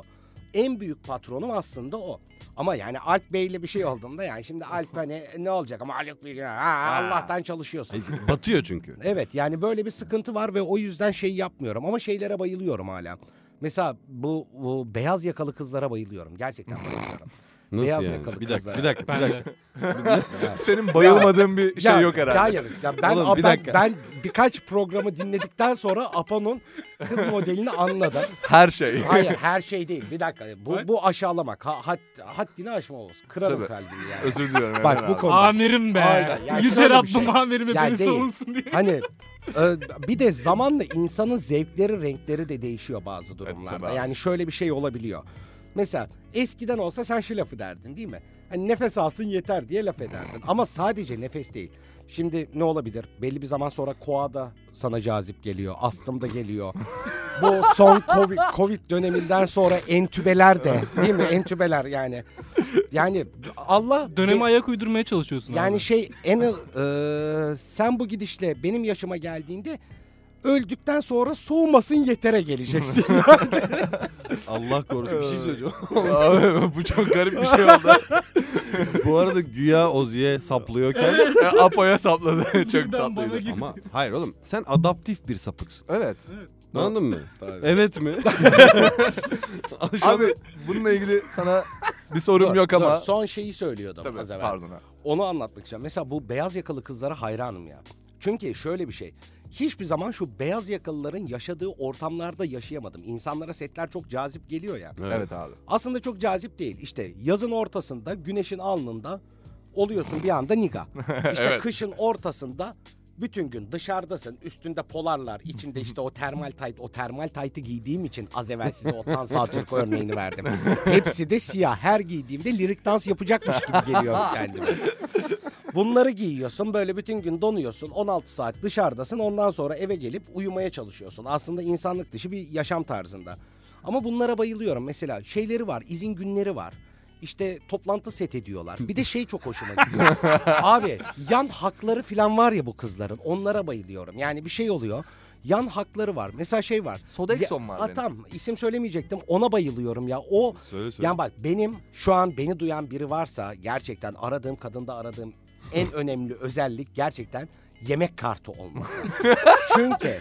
en büyük patronum aslında o. Ama yani Alp Bey'le bir şey olduğunda yani şimdi Alp hani ne olacak ama Alp Bey ha, Allah'tan çalışıyorsun. Batıyor çünkü. Evet yani böyle bir sıkıntı var ve o yüzden şey yapmıyorum ama şeylere bayılıyorum hala. Mesela bu, bu beyaz yakalı kızlara bayılıyorum. Gerçekten bayılıyorum. Nasıl Beyaz yani? yakalı Bir dakika, kızlara. bir dakika, bir Ben dakika. de. Senin bayılmadığın bir şey Ya, yok herhalde. Hayır. Ya ben, Oğlum, bir ben, dakika. ben birkaç programı dinledikten sonra Apo'nun kız modelini anladım. Her şey. Hayır her şey değil. Bir dakika. Bu, Bak. bu aşağılamak. Ha, had, haddini aşma olsun. Kırarım Tabii. kalbini yani. Özür diliyorum. Bak Eren bu abi. konuda. Amirim be. Aynen, yani Yüce şöyle bir Rabbim şey. amirime Yani beni değil. savunsun diye. Hani e, bir de zamanla insanın zevkleri, renkleri de değişiyor bazı durumlarda. tabii abi. Yani şöyle bir şey olabiliyor. Mesela eskiden olsa sen şu lafı derdin değil mi? Hani nefes alsın yeter diye laf ederdin. Ama sadece nefes değil. Şimdi ne olabilir? Belli bir zaman sonra koa da sana cazip geliyor. Astım da geliyor. Bu son COVID, Covid döneminden sonra entübeler de değil mi? Entübeler yani. Yani Allah... Döneme ayak uydurmaya çalışıyorsun Yani abi. şey Anıl e, sen bu gidişle benim yaşıma geldiğinde öldükten sonra soğumasın yetere geleceksin. Allah korusun bir şey söyleyeceğim. Abi, bu çok garip bir şey oldu. Bu arada güya Ozi'ye saplıyorken Apo'ya sapladı. Çok Birden bana tatlıydı. gir- ama hayır oğlum sen adaptif bir sapıksın. Evet. Anladın mı? Evet mi? Şu an- Abi bununla ilgili sana bir sorum Dur, yok dur, ama. son şeyi söylüyordum Tabii, az evvel. pardon abi. Onu anlatmak istiyorum. Mesela bu beyaz yakalı kızlara hayranım ya. Çünkü şöyle bir şey. Hiçbir zaman şu beyaz yakalıların yaşadığı ortamlarda yaşayamadım. İnsanlara setler çok cazip geliyor ya. Evet. Evet abi. Aslında çok cazip değil. İşte yazın ortasında güneşin alnında oluyorsun bir anda niga. İşte Evet. kışın ortasında bütün gün dışarıdasın. Üstünde polarlar, içinde işte o termal tayt, o termal taytı giydiğim için az evvel size o Tansu Türk örneğini verdim. Hepsi de siyah. Her giydiğimde lirik dans yapacakmış gibi geliyor kendime. Bunları giyiyorsun, böyle bütün gün donuyorsun, on altı saat dışarıdasın, ondan sonra eve gelip uyumaya çalışıyorsun. Aslında insanlık dışı bir yaşam tarzında. Ama bunlara bayılıyorum. Mesela şeyleri var, izin günleri var. İşte toplantı set ediyorlar. Bir de şey çok hoşuma gidiyor. Abi yan hakları falan var ya bu kızların. Onlara bayılıyorum. Yani bir şey oluyor. Yan hakları var. Mesela şey var. Sodexon Ya- var Ha, benim. tamam isim söylemeyecektim. Ona bayılıyorum ya. O Söyle söyle. yani bak benim şu an beni duyan biri varsa gerçekten aradığım kadında aradığım en önemli özellik gerçekten yemek kartı olması. Çünkü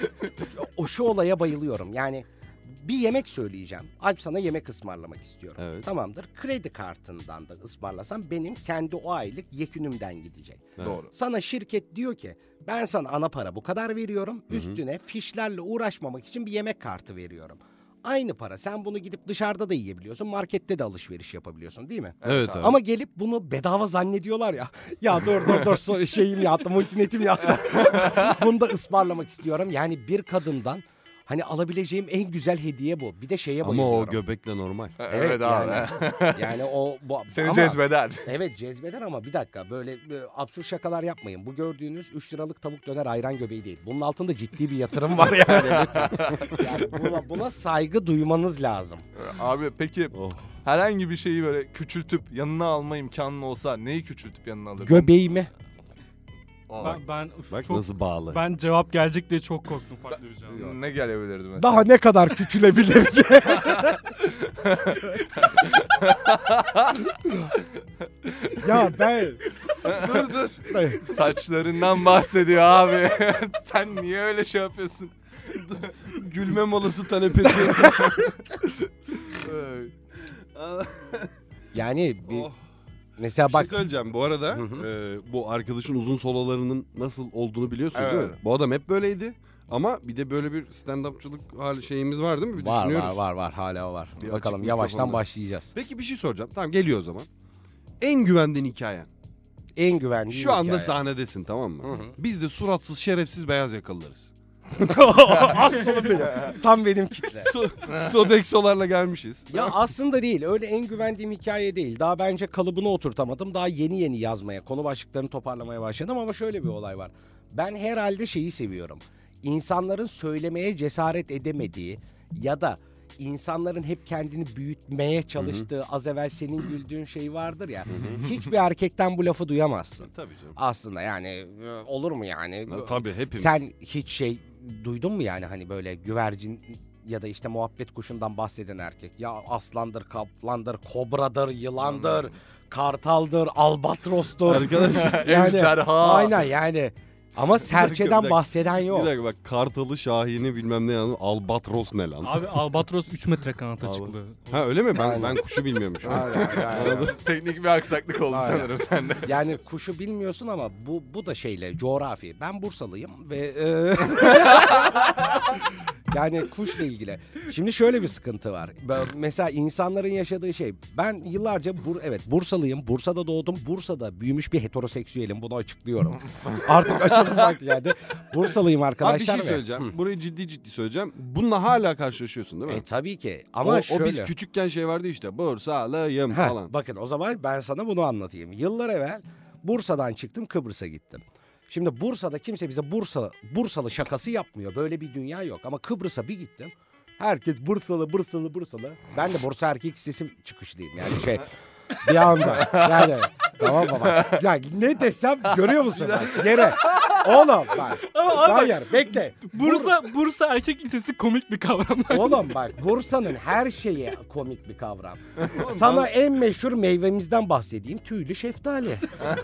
o şu olaya bayılıyorum. Yani bir yemek söyleyeceğim. Alp sana yemek ısmarlamak istiyorum. Evet. Tamamdır. Kredi kartından da ısmarlasam benim kendi o aylık yekünümden gidecek. Evet. Doğru. Sana şirket diyor ki ben sana ana para bu kadar veriyorum. Üstüne fişlerle uğraşmamak için bir yemek kartı veriyorum. Aynı para. Sen bunu gidip dışarıda da yiyebiliyorsun. Markette de alışveriş yapabiliyorsun değil mi? Evet abi. Ama gelip bunu bedava zannediyorlar ya. Ya dur dur dur so- şeyim yattı, multinetim yattı. Bunu da ısmarlamak istiyorum. Yani bir kadından hani alabileceğim en güzel hediye bu. Bir de şeye Ama o bayılıyorum. göbekle normal. Evet, Evet abi. yani. Yani o bu Seni ama- cezbeder. Evet cezbeder ama bir dakika böyle e, absürt şakalar yapmayın. Bu gördüğünüz üç liralık tavuk döner ayran göbeği değil. Bunun altında ciddi bir yatırım var yani. lütfen. Yani buna, buna saygı duymanız lazım. Abi peki Oh. herhangi bir şeyi böyle küçültüp yanına alma imkanın olsa neyi küçültüp yanına alırdın? Göbeğimi. Aa, Ben, ben üf, Bak çok, nasıl bağlı. ben cevap gelecek diye çok korktum farklı bir cevap. ne gelebilirdi mesela? Daha ne kadar küçülebilir ki? Ya ben... dur dur. Saçlarından bahsediyor abi. Sen niye öyle şey yapıyorsun? Gülme molası talep Yani bir... Oh. Mesela Bir bak... şey söyleyeceğim bu arada Hı hı. e, bu arkadaşın uzun sololarının nasıl olduğunu biliyorsunuz değil mi? Evet. Bu adam hep böyleydi ama bir de böyle bir stand-upçılık hali şeyimiz var değil mi? Bir Var düşünüyoruz. var var var hala var. Bir Bakalım açık yavaştan mikrofonda. başlayacağız. Peki bir şey soracağım. Tamam geliyor o zaman. En güvendiğin hikayen. En güvenli Şu anda hikaye. sahnedesin tamam mı? Hı hı. Biz de suratsız şerefsiz beyaz yakalılarız. Aslında benim. Tam benim kitle. So Sodexo'larla gelmişiz. Ya aslında değil. Öyle en güvendiğim hikaye değil. Daha bence kalıbını oturtamadım. Daha yeni yeni yazmaya, konu başlıklarını toparlamaya başladım ama şöyle bir olay var. Ben herhalde şeyi seviyorum. İnsanların söylemeye cesaret edemediği ya da insanların hep kendini büyütmeye çalıştığı az evvel senin güldüğün şey vardır ya. Hiçbir erkekten bu lafı duyamazsın. Tabii canım. Aslında yani e, olur mu yani? Ha, tabii hepimiz. Sen hiç şey duydun mu yani hani böyle güvercin ya da işte muhabbet kuşundan bahseden erkek. Ya aslandır, kaplandır, kobradır, yılandır, hmm. kartaldır, albatrostur. Arkadaş yani ejderha. aynen yani. Ama serçeden bahseden yok. Bir dakika bak, kartalı, şahini bilmem ne yani, albatros ne lan? Abi albatros üç metre kanata çıktı. Ha öyle mi? Ben ben kuşu bilmiyormuşum. Teknik bir aksaklık oldu aynen. sanırım sende. Yani kuşu bilmiyorsun ama bu bu da şeyle coğrafi. Ben Bursalıyım ve e, yani kuşla ilgili. Şimdi şöyle bir sıkıntı var. Ben, mesela insanların yaşadığı şey. Ben yıllarca bur evet Bursalıyım. Bursa'da doğdum. Bursa'da büyümüş bir heteroseksüelim. Bunu açıklıyorum. Artık açılım vakti geldi. Bursalıyım arkadaşlar. Abi bir şey ve... söyleyeceğim. Hı. Burayı ciddi ciddi söyleyeceğim. Bununla hala karşılaşıyorsun değil mi? E tabii ki. Ama o, şöyle. o biz küçükken şey vardı işte. Bursalıyım Heh, falan. Bakın o zaman ben sana bunu anlatayım. Yıllar evvel Bursa'dan çıktım, Kıbrıs'a gittim. Şimdi Bursa'da kimse bize Bursa Bursalı şakası yapmıyor. Böyle bir dünya yok. Ama Kıbrıs'a bir gittim. Herkes Bursalı, Bursalı, Bursalı. Ben de Bursa erkek sesim çıkışlıyım. Yani şey bir anda. Yani tamam baba. Ya ne desem görüyor musun? Bak, yere. Oğlum bak. Hayır bekle. Bursa Bursa Erkek Lisesi komik bir kavram. Oğlum bak Bursa'nın her şeyi komik bir kavram. Sana en meşhur meyvemizden bahsedeyim. Tüylü şeftali.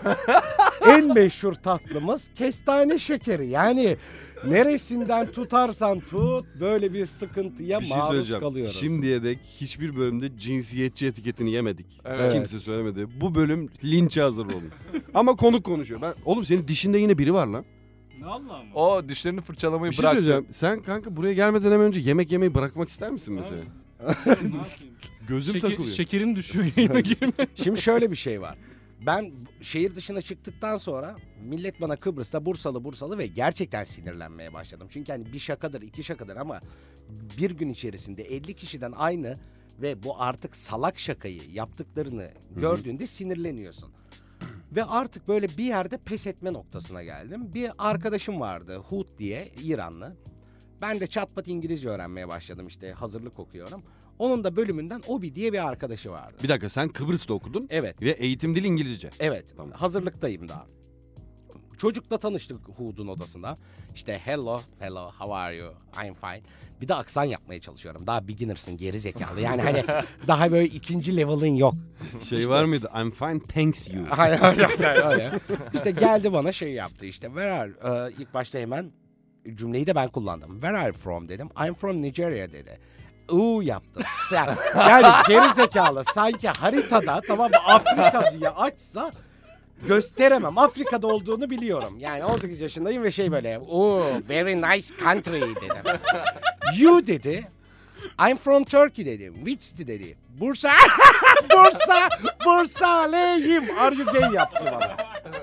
En meşhur tatlımız kestane şekeri. Yani neresinden tutarsan tut böyle bir sıkıntıya Bir şey maruz söyleyeceğim. kalıyoruz. Şimdiye dek hiçbir bölümde cinsiyetçi etiketini yemedik. Evet. Kimse söylemedi. Bu bölüm linçe hazır olun. Ama konuk konuşuyor. Ben oğlum senin dişinde yine biri var lan. Ne Allah mı? O dişlerini fırçalamayı Bir şey bıraktı. söyleyeceğim. Sen kanka buraya gelmeden hemen önce yemek yemeyi bırakmak ister misin mesela? Ne yapayım? Gözüm Şeker, takılıyor. şekerim düşüyor yayına girme. Şimdi şöyle bir şey var. Ben şehir dışına çıktıktan sonra millet bana Kıbrıs'ta Bursalı Bursalı ve gerçekten sinirlenmeye başladım. Çünkü hani bir şakadır, iki şakadır ama bir gün içerisinde elli kişiden aynı ve bu artık salak şakayı yaptıklarını Hı-hı. gördüğünde sinirleniyorsun. Ve artık böyle bir yerde pes etme noktasına geldim. Bir arkadaşım vardı Hud diye, İranlı. Ben de çatpat İngilizce öğrenmeye başladım, işte hazırlık okuyorum. Onun da bölümünden Obi diye bir arkadaşı vardı. Bir dakika, sen Kıbrıs'ta okudun. Evet. Ve eğitim dili İngilizce. Evet. Tamam. Hazırlıktayım daha. Çocukla tanıştık Hud'un odasında. İşte hello, hello, how are you? I'm fine. Bir de aksan yapmaya çalışıyorum. Daha beginner'sın, geri zekalı. Yani hani daha böyle ikinci level'ın yok. Şey İşte- var mıydı? I'm fine, thanks you. Hayır, hayır, hayır, hayır. İşte geldi bana şey yaptı işte. Where are, Ee, ilk başta hemen cümleyi de ben kullandım. Where are you from dedim. I'm from Nigeria dedi. Uuu yaptı. Sen, yani geri zekalı sanki haritada tamam mı Afrika diye açsa gösteremem. Afrika'da olduğunu biliyorum. Yani on sekiz yaşındayım ve şey böyle oh very nice country dedim. You dedi. I'm from Turkey dedim. Which dedi. Bursa. Bursa. Bursalıyım. Are you gay yaptı bana.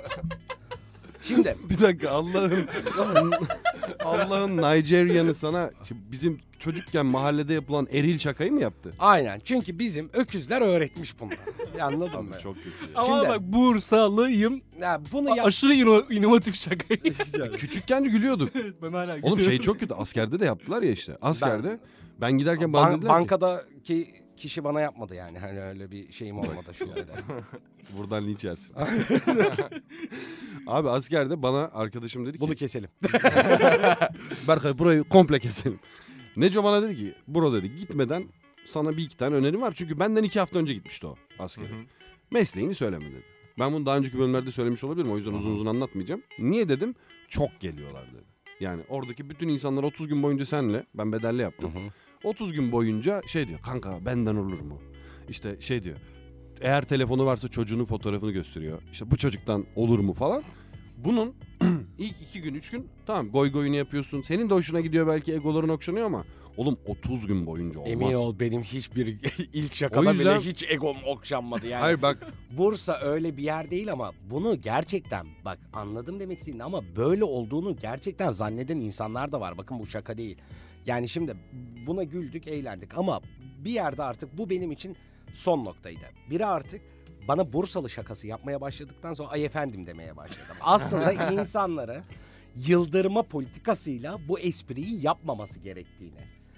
Şimdi Bir dakika, Allah'ın Allah'ın Nigeria'nı sana bizim çocukken mahallede yapılan eril şakayı mı yaptı? aynen çünkü bizim öküzler öğretmiş bunları. Anladın mı? Çok kötü ya. Ama Şimdi- bak Bursalıyım. Ya bunu A- yap. aşırı ino- inovatif şakayı. Küçükken de gülüyorduk. Ben hala Oğlum gülüyorum. şey çok kötü. Askerde de yaptılar ya işte. Askerde ben giderken Ban- bana dediler ki, bankadaki kişi bana yapmadı yani. Hani öyle bir şeyim olmadı şu anda. buradan linç yersin. Abi askerde bana arkadaşım dedi ki Bunu keselim. Berkay burayı komple keselim. Neco bana dedi ki bro dedi gitmeden sana bir iki tane önerim var. Çünkü benden iki hafta önce gitmişti o askere. Hı hı. Mesleğini söyleme dedi. Ben bunu daha önceki bölümlerde söylemiş olabilirim. O yüzden uzun uzun anlatmayacağım. Niye dedim? Çok geliyorlar dedi. Yani oradaki bütün insanlar otuz gün boyunca senle, ben bedelli yaptım. otuz gün boyunca şey diyor, kanka benden olur mu? İşte şey diyor, eğer telefonu varsa çocuğunun fotoğrafını gösteriyor. İşte bu çocuktan olur mu falan. Bunun ilk iki gün, üç gün tamam goy goyunu yapıyorsun. Senin de hoşuna gidiyor, belki egoların okşanıyor ama oğlum otuz gün boyunca olmaz. Emin ol benim hiçbir ilk O şakada yüzden- bile hiç egom okşanmadı yani. Hayır bak, Bursa öyle bir yer değil ama bunu gerçekten bak anladım demek istediğini ama böyle olduğunu gerçekten zanneden insanlar da var. Bakın bu şaka değil. Yani şimdi buna güldük, eğlendik ama bir yerde artık bu benim için son noktaydı. Biri artık bana Bursalı şakası yapmaya başladıktan sonra ay efendim demeye başladım. Aslında insanları yıldırma politikasıyla bu espriyi yapmaması gerektiğini.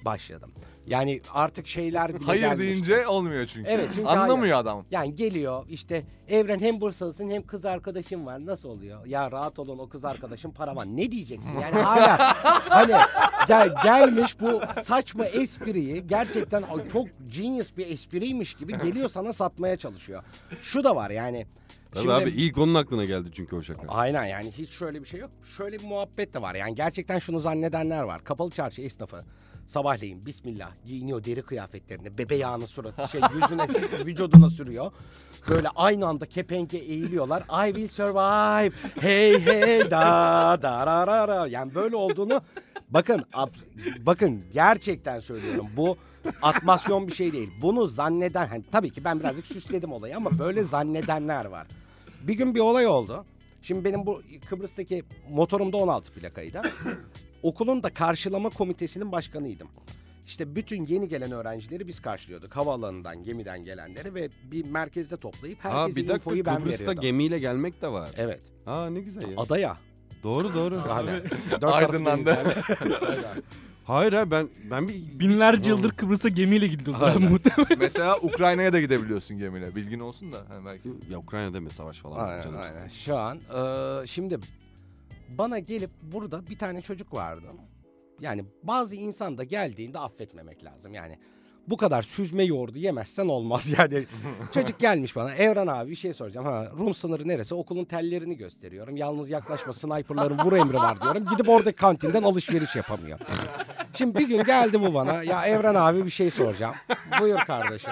başladım. Yani artık şeyler bile Hayır gelmişti. deyince olmuyor çünkü. Evet, çünkü Anlamıyor hayır. adam. Yani geliyor işte Evren hem Bursalısın hem kız arkadaşın var. Nasıl oluyor? Ya rahat olun o kız arkadaşın paravan. Ne diyeceksin? Yani hala hani gel, gelmiş bu saçma espriyi gerçekten çok genius bir espriymiş gibi geliyor sana satmaya çalışıyor. Şu da var yani. Tabii Şimdi, abi ilk onun aklına geldi çünkü o şaka. aynen yani hiç şöyle bir şey yok. Şöyle bir muhabbet de var. Yani gerçekten şunu zannedenler var. Kapalı çarşı esnafı sabahleyin bismillah giyiniyor deri kıyafetlerini. Bebe yağını surat şey yüzüne vücuduna sürüyor. Böyle aynı anda kepenke eğiliyorlar. I will survive. Hey hey da da ra ra ra. Yani böyle olduğunu bakın ab- bakın gerçekten söylüyorum. Bu atmasyon bir şey değil. Bunu zanneden hani tabii ki ben birazcık süsledim olayı ama böyle zannedenler var. Bir gün bir olay oldu. Şimdi benim bu Kıbrıs'taki motorumda on altı plakaydı. Okulun da karşılama komitesinin başkanıydım. İşte bütün yeni gelen öğrencileri biz karşılıyorduk. Havaalanından, gemiden gelenleri ve bir merkezde toplayıp herkese Aa bir dakika infoyu ben Kıbrıs'ta veriyordum. gemiyle gelmek de var. Evet. Aa ne güzel ya. Adaya. Doğru doğru. Hani, dört Aydınlandı. tarafı denizlerle. Hayır ha ben ben bir Binlerce yıldır Kıbrıs'a gemiyle gidiyorlar muhtemelen. Mesela Ukrayna'ya da gidebiliyorsun gemiyle. Bilgin olsun da. Ha, belki. ya Ukrayna deme savaş falan. Aynen, canım aynen. sıkıldı. Şu an e, şimdi bana gelip burada bir tane çocuk vardı. Yani bazı insan da geldiğinde affetmemek lazım. Yani bu kadar süzme yoğurdu yemezsen olmaz yani. Çocuk gelmiş bana. Evren abi bir şey soracağım. Ha, Rum sınırı neresi? Okulun tellerini gösteriyorum. Yalnız yaklaşma sniperların vur emri var diyorum. Gidip orada kantinden alışveriş yapamıyor. Şimdi bir gün geldi bu bana. Ya Evren abi bir şey soracağım. Buyur kardeşim.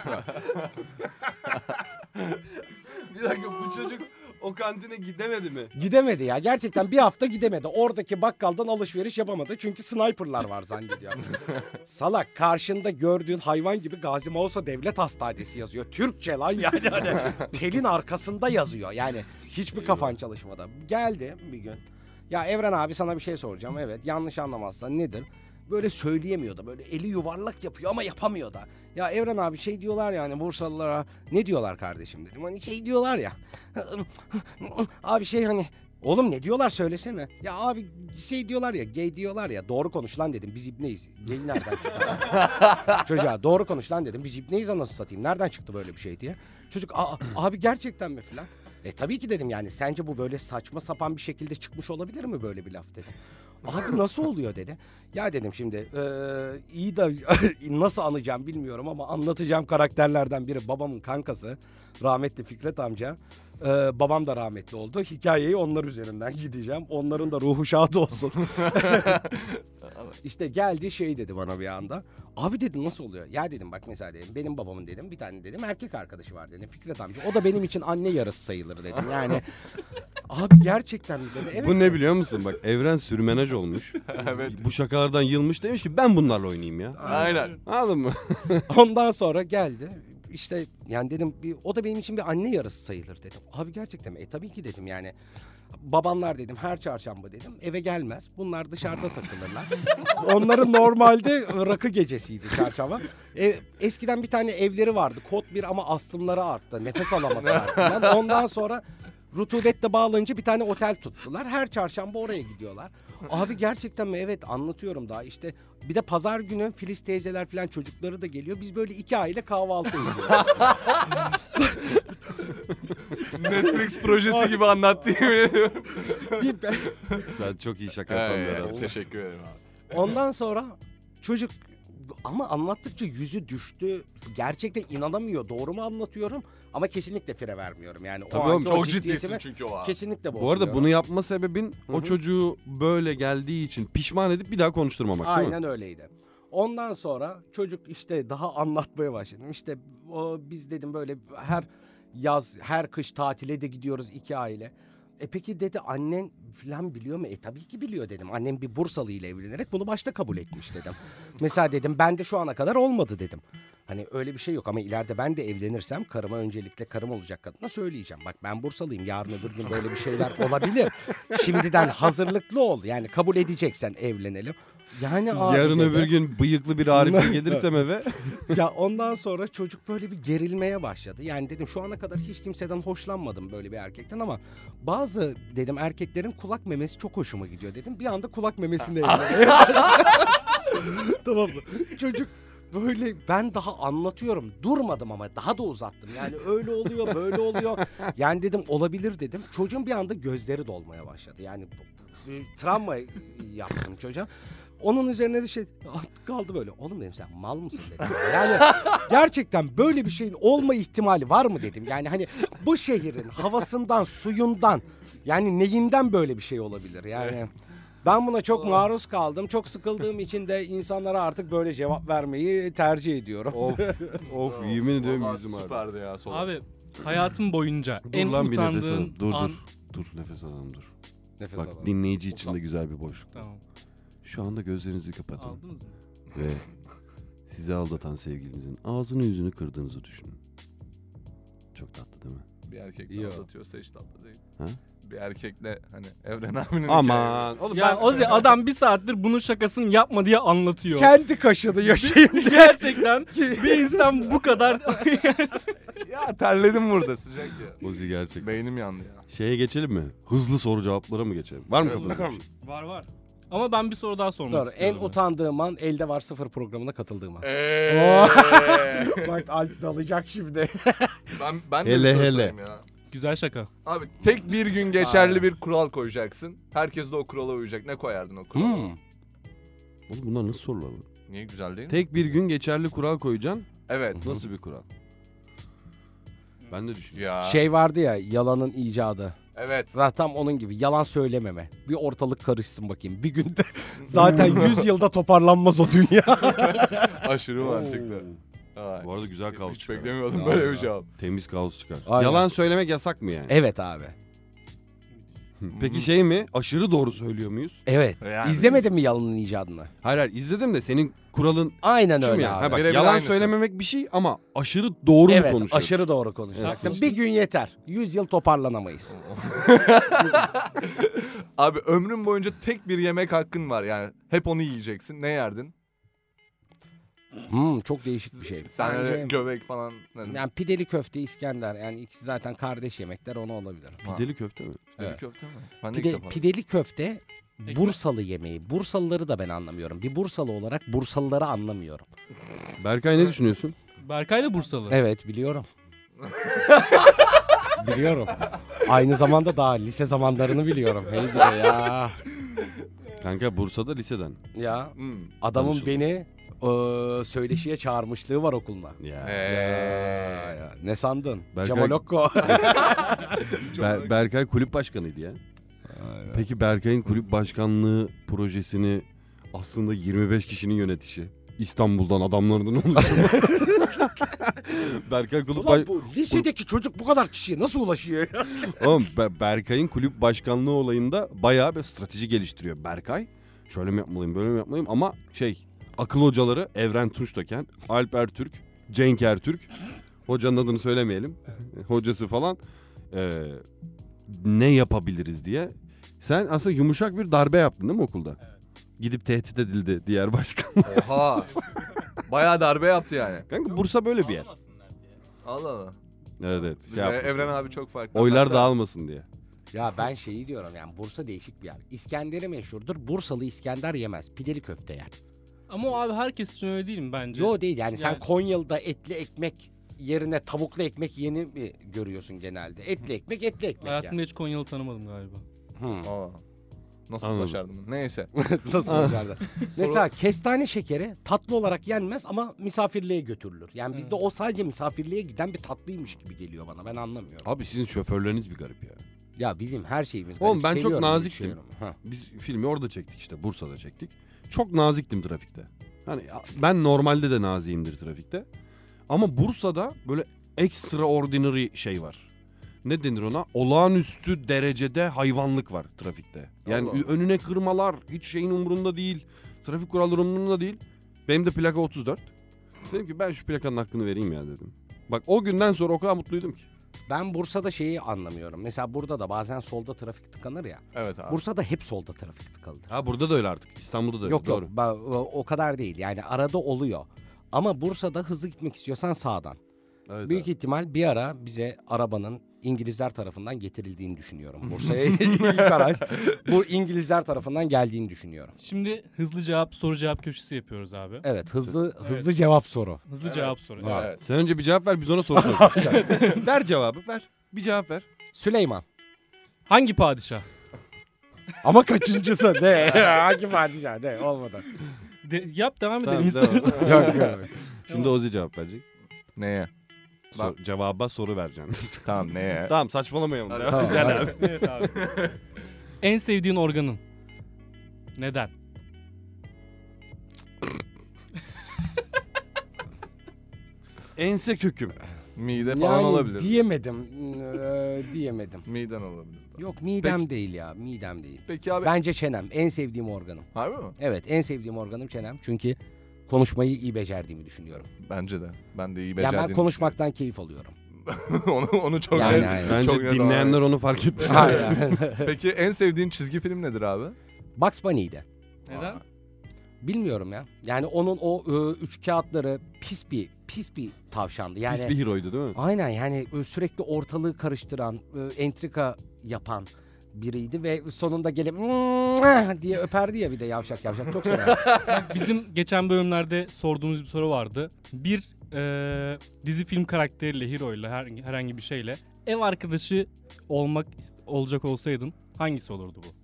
Bir dakika bu çocuk o kantine gidemedi mi? Gidemedi ya. Gerçekten bir hafta gidemedi. Oradaki bakkaldan alışveriş yapamadı. Çünkü sniperlar var zannediyor. Salak karşında gördüğün hayvan gibi Gazi Mausa Devlet Hastanesi yazıyor. Türkçe lan yani. Hani telin arkasında yazıyor. Yani hiçbir kafan çalışmadı. Geldi bir gün. Ya Evren abi sana bir şey soracağım. Evet yanlış anlamazsan nedir? Böyle söyleyemiyor da böyle eli yuvarlak yapıyor ama yapamıyor da. Ya Evren abi şey diyorlar yani Bursalılara ne diyorlar kardeşim dedim. Hani şey diyorlar ya. Abi şey hani oğlum ne diyorlar söylesene. Ya abi şey diyorlar ya gay diyorlar ya doğru konuş lan dedim biz ibneyiz. Gay nereden çıktı? Çocuğa doğru konuş lan dedim biz ibneyiz anasını satayım. Nereden çıktı böyle bir şey diye. Çocuk Aa, abi gerçekten mi filan. E tabii ki dedim yani sence bu böyle saçma sapan bir şekilde çıkmış olabilir mi böyle bir laf dedim. Abi nasıl oluyor dedi. Ya dedim şimdi e, iyi de nasıl anacağım bilmiyorum ama anlatacağım karakterlerden biri babamın kankası rahmetli Fikret amca. E, babam da rahmetli oldu. Hikayeyi onlar üzerinden gideceğim. Onların da ruhu şad olsun. İşte geldi şey dedi bana bir anda. Abi dedim nasıl oluyor? Ya dedim bak mesela dedim benim babamın dedim bir tane dedim erkek arkadaşı var dedim Fikret amca. O da benim için anne yarısı sayılır dedim. Yani abi gerçekten mi dedi. Evet. Bu ne biliyor musun? Bak Evren sürmenaj olmuş. Evet. Bu şakalardan yılmış demiş ki ben bunlarla oynayayım ya. Aynen. Anladın mı? Ondan sonra geldi. İşte yani dedim bir, o da benim için bir anne yarısı sayılır dedim. Abi gerçekten mi? E tabii ki dedim yani. Babamlar dedim her çarşamba dedim eve gelmez. Bunlar dışarıda takılırlar. Onların normalde rakı gecesiydi çarşamba. E, eskiden bir tane evleri vardı. Kod bir ama astımları arttı. Nefes alamadılar falan. Ondan sonra rutubetle bağlanınca bir tane otel tuttular. Her çarşamba oraya gidiyorlar. Abi gerçekten mi? Evet anlatıyorum daha işte. Bir de pazar günü Filiz teyzeler falan çocukları da geliyor. Biz böyle iki aile kahvaltı ediyoruz. Netflix projesi gibi anlattı yemin ediyorum. Bir- Sen çok iyi şaka yapan bir Evet, adamsın. teşekkür ederim abi. Ondan sonra çocuk ama anlattıkça yüzü düştü. Gerçekten inanamıyor. Doğru mu anlatıyorum? Ama kesinlikle fire vermiyorum. Yani o Tabii anki oğlum, o Çok ciddiyetimi ciddisin çünkü o abi. kesinlikle Bu arada bozmuyorum. bunu yapma sebebin Hı o hı. çocuğu böyle geldiği için pişman edip bir daha konuşturmamak değil mi? Aynen öyleydi. Ondan sonra çocuk işte daha anlatmaya başladım. İşte o biz dedim böyle her yaz, her kış tatile de gidiyoruz iki aile. E peki dedi annen filan biliyor mu? E tabii ki biliyor dedim. Annem bir Bursalı ile evlenerek bunu başta kabul etmiş dedim. Mesela dedim ben de şu ana kadar olmadı dedim. Hani öyle bir şey yok ama ileride ben de evlenirsem karıma öncelikle karım olacak kadına söyleyeceğim. Bak ben Bursalıyım yarın öbür gün böyle bir şeyler olabilir. Şimdiden hazırlıklı ol. Yani kabul edeceksen evlenelim. Yani abi Yarın dedi. öbür gün bıyıklı bir Arif'e gelirsem eve. Ya ondan sonra çocuk böyle bir gerilmeye başladı. Yani dedim şu ana kadar hiç kimseden hoşlanmadım böyle bir erkekten ama bazı dedim erkeklerin kulak memesi çok hoşuma gidiyor dedim. Bir anda kulak memesini evlenmeye başladı. Tamam mı? Çocuk böyle ben daha anlatıyorum. Durmadım ama daha da uzattım. Yani öyle oluyor, böyle oluyor. Yani dedim olabilir dedim. Çocuğun bir anda gözleri dolmaya başladı. Yani bir travma yaptım çocuğa. Onun üzerine de şey kaldı böyle. Oğlum dedim sen mal mısın dedim. Yani gerçekten böyle bir şeyin olma ihtimali var mı dedim. Yani hani bu şehrin havasından, suyundan yani neyinden böyle bir şey olabilir yani. Ben buna çok maruz kaldım. Çok sıkıldığım için de insanlara artık böyle cevap vermeyi tercih ediyorum. Of of yemin ediyorum Vallahi yüzüm ağrıyor. Süperdi ya. Sola. Abi hayatım boyunca Dur en lan bir nefes utandığın alalım. Dur an... dur. Dur nefes alalım dur. Nefes Bak alalım. dinleyici için de güzel bir boşluk. Tamam. Şu anda gözlerinizi kapatın. Aldınız mı? Ve sizi aldatan sevgilinizin ağzını yüzünü kırdığınızı düşünün. Çok tatlı değil mi? Bir erkek İyi o. aldatıyorsa hiç tatlı değil. Ha? Bir erkekle hani Evren abinin Aman. Oğlum Ya Ozi adam bir saattir bunun şakasını yapma diye anlatıyor. Kendi kaşını yaşayayım diye. Gerçekten bir insan bu kadar... ya terledim burada sıcak ya. Ozi gerçek. Beynim yandı ya. Şeye geçelim mi? Hızlı soru cevaplara mı geçelim? Var mı Evet, kafanızda bir şey? var var. Ama ben bir soru daha sormak Dur, en istiyorum. utandığım an Elde Var Sıfır programına katıldığım an. Eee. Bak Alp dalacak şimdi. ben ben de Hele bir soru hele. sorayım ya. Güzel şaka. Abi tek bir gün geçerli bir kural koyacaksın. Herkes de o kurala uyacak. Ne koyardın o kurala? Hmm. Oğlum bunlar nasıl sorular lan? Niye güzel değil mi? Tek bir gün geçerli kural koyacaksın. Evet. Nasıl bir kural? Ben de düşünüyorum. Ya. Şey vardı ya yalanın icadı. Evet. Zaten tam onun gibi yalan söylememe. Bir ortalık karışsın bakayım. Bir günde zaten yüz yılda toparlanmaz o dünya. Aşırı mantıklı. Vay. Bu arada güzel kaos Hiç çıkar. beklemiyordum Ya. böyle bir cevap. Temiz kaos çıkar. Aynen. Yalan söylemek yasak mı yani? Evet abi. Peki şey mi? Aşırı doğru söylüyor muyuz? Evet. Yani. İzlemedin mi yalanın icadını? Hayır hayır izledim de senin kuralın Aynen şu mu öyle yani? abi. Ha bak, Birebir yalan aynısı. söylememek bir şey ama aşırı doğru mu Evet konuşuyoruz? aşırı doğru konuşacaksın. Evet. Bir gün yeter. Yüz yıl toparlanamayız. Abi ömrün boyunca tek bir yemek hakkın var yani. Hep onu yiyeceksin. Ne yerdin? Hmm, çok değişik bir şey. Sen Bence öyle göbek falan. Yani, yani pideli köfte İskender yani ikisi zaten kardeş yemekler onu olabilir. Pideli köfte mi? Pideli Evet. köfte mi? Ben de Pide, ilk defa. pideli köfte Ekmek. Bursalı yemeği. Bursalıları da ben anlamıyorum. Bir Bursalı olarak Bursalıları anlamıyorum. Berkay ne düşünüyorsun? Berkay'la Bursalı. Evet biliyorum. Biliyorum. Aynı zamanda daha lise zamanlarını biliyorum. Heydi ya. Kanka Bursa'da liseden. Ya Hmm. adamın Tanışıldı. beni eee, söyleşiye çağırmışlığı var okuluna. Ya. Ee, Ya, ya. Ne sandın? Berkay- Cemalokko. Ber- Berkay kulüp başkanıydı ya. Peki Berkay'ın kulüp başkanlığı projesini aslında yirmi beş kişinin yönetişi. İstanbul'dan adamlardan oluşuyor. Berkay kulüp Ulan baş... bu lisedeki çocuk bu kadar kişiye nasıl ulaşıyor ya? Oğlum Be- Berkay'ın kulüp başkanlığı olayında bayağı bir strateji geliştiriyor Berkay. Şöyle mi yapmalıyım, böyle mi yapmalıyım ama şey akıl hocaları Evren Tunçtaken, Alp Ertürk, Cenk Ertürk. Hocanın adını söylemeyelim. Hocası falan. Ee, ne yapabiliriz diye. Sen aslında yumuşak bir darbe yaptın değil mi okulda? Evet. Gidip tehdit edildi diğer başkan. Oha. Bayağı darbe yaptı yani. Kanka Bursa böyle bir yer. Allah Allah. Evet evet. Bize Şey yapmasın. Evren abi çok farklı. Oylar Hatta- dağılmasın diye. Ya ben şeyi diyorum yani Bursa değişik bir yer. İskender'i meşhurdur. Bursalı İskender yemez. Pideli köfte yer. Ama o abi herkes için öyle değil mi bence? Yo değil yani, sen Yani- Konyalı'da etli ekmek yerine tavuklu ekmek yeni mi görüyorsun genelde? Etli ekmek etli ekmek Hayatımda yani. hiç Konyalı tanımadım galiba. Hmm. Aa. Nasıl Anladım. başardım? Neyse. Nasıl yerler? Mesela kestane şekeri tatlı olarak yenmez ama misafirliğe götürülür. Yani bizde o sadece misafirliğe giden bir tatlıymış gibi geliyor bana. Ben anlamıyorum. Abi sizin şoförleriniz bir garip ya. Ya bizim her şeyimiz. Oğlum ben çok seviyorum bu naziktim. şeyleri. Ha. Biz filmi orada çektik işte Bursa'da çektik. Çok naziktim trafikte. Hani ben normalde de naziyimdir trafikte. Ama Bursa'da böyle extraordinary şey var. Ne denir ona? Olağanüstü derecede hayvanlık var trafikte. Yani Allah. önüne kırmalar hiç şeyin umurunda değil. Trafik kuralları umurunda değil. Benim de plaka otuz dört. Dedim ki ben şu plakanın hakkını vereyim ya dedim. Bak o günden sonra o kadar mutluydum ki. Ben Bursa'da şeyi anlamıyorum. Mesela burada da bazen solda trafik tıkanır ya. Evet abi. Bursa'da hep solda trafik tıkalıdır. Ha burada da öyle artık. İstanbul'da da öyle. Yok Doğru. yok ben, o kadar değil. Yani arada oluyor. Ama Bursa'da hızlı gitmek istiyorsan sağdan. Evet, Büyük evet. ihtimal bir ara bize arabanın İngilizler tarafından getirildiğini düşünüyorum. Bursa'ya ilk araç bu İngilizler tarafından geldiğini düşünüyorum. Şimdi hızlı cevap soru cevap köşesi yapıyoruz abi. Evet, hızlı hızlı cevap soru. Hızlı cevap soru. Evet. Evet. Sen önce bir cevap ver biz ona soru soracağız. Ver cevabı ver. Bir cevap ver. Süleyman. Hangi padişah? Ama kaçıncısı? De. Hangi padişah? De. Olmadı. De, yap devam Tamam, edelim devam. istersen. Yok yok. Şimdi Ozi cevap verecek. Neye? Sor- cevaba soru vereceksin. Tamam neye? Tamam saçmalamayalım. Hadi. Ya. Tamam, Gel hadi. abi. Evet abi. En sevdiğin organın? Neden? Ense köküm. Mide falan Yani olabilir. diyemedim. Ee, diyemedim. Miden olabilir. Yok midem Peki. değil ya. Midem değil. Peki abi. Bence çenem. En sevdiğim organım. Harbi mi? Evet, en sevdiğim organım çenem. Çünkü konuşmayı iyi becerdiğimi düşünüyorum. Bence de. Ben de iyi Yani becerdiğini ben konuşmaktan keyif alıyorum. düşünüyorum. onu, onu çok Yani, net- yani. Bence çok net dinleyenler anladım. onu fark etmiş. Aynen. Peki en sevdiğin çizgi film nedir abi? Bugs Bunny'ydi. Neden? Bilmiyorum ya. Yani onun o e, üç kağıtları pis bir pis bir tavşandı. Yani Pis bir heroydu değil mi? aynen yani e, sürekli ortalığı karıştıran, e, entrika yapan biriydi ve sonunda gelip "Mwah!" diye öperdi ya bir de yavşak yavşak. Çok severim. Bizim geçen bölümlerde sorduğumuz bir soru vardı. Bir eee, dizi film karakteriyle, heroyla, her, herhangi bir şeyle ev arkadaşı olmak ist- olacak olsaydın hangisi olurdu bu?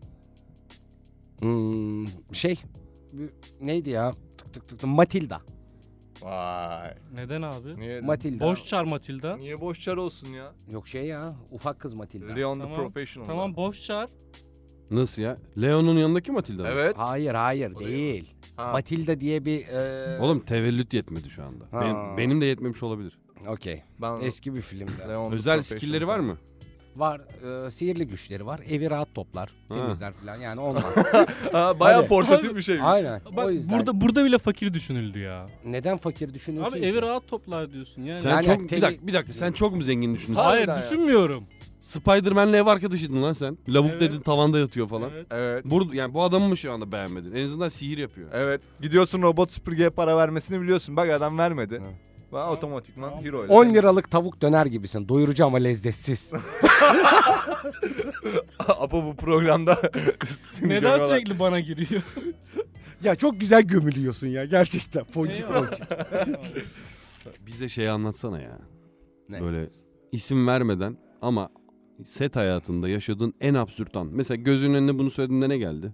Hmm, şey bu- neydi ya? Tık tık tık tık. Matilda. Vay. Neden abi? Niye? Matilda. Boş çar Matilda. Niye boş çar olsun ya? Yok şey ya, ufak kız Matilda. Leon the Tamam, Professional. Tamam boş çar. Nasıl ya? Leon'un yanındaki Matilda mı? Evet. Hayır hayır O değil. değil. Ha. Matilda diye bir e... Oğlum tevellüt yetmedi şu anda. Ha. Benim, benim de yetmemiş olabilir. Okey. Ben Eski bir filmde. Leon the Özel Professional skill'leri var mı? Var. e, sihirli güçleri var. Evi rahat toplar. Ha. Temizler falan. Yani ondan. Ha, bayağı Hadi. portatif bir şey. Aynen. Bak o yüzden. burada burada bile fakir düşünüldü ya. Neden fakir düşünüyorsun Abi ki? evi rahat toplar diyorsun yani. Sen Yani çok tele- bir dakika bir dakika sen çok mu zengin düşünüyorsun? Hayır Harbiden ya. düşünmüyorum. Spider-Man'le ev arkadaşıydın lan sen. Lavuk Evet. dedin tavanda yatıyor falan. Evet. Evet. Burada yani bu adamı mı şu anda beğenmedin? En azından sihir yapıyor. Evet. Gidiyorsun robot süpürgeye para vermesini biliyorsun. Bak adam vermedi. Evet. Ben otomatikman Tamam. hero ile. on liralık tavuk döner gibisin. Doyurucu ama lezzetsiz. Apo bu programda seni Neden görüyorlar. sürekli bana giriyor? ya çok güzel gömülüyorsun ya. Gerçekten. Ponçik Eyvallah. ponçik. Bize şeyi anlatsana ya. Ne? Böyle isim vermeden ama set hayatında yaşadığın en absürt an. Mesela gözünün önüne bunu söylediğinde ne geldi?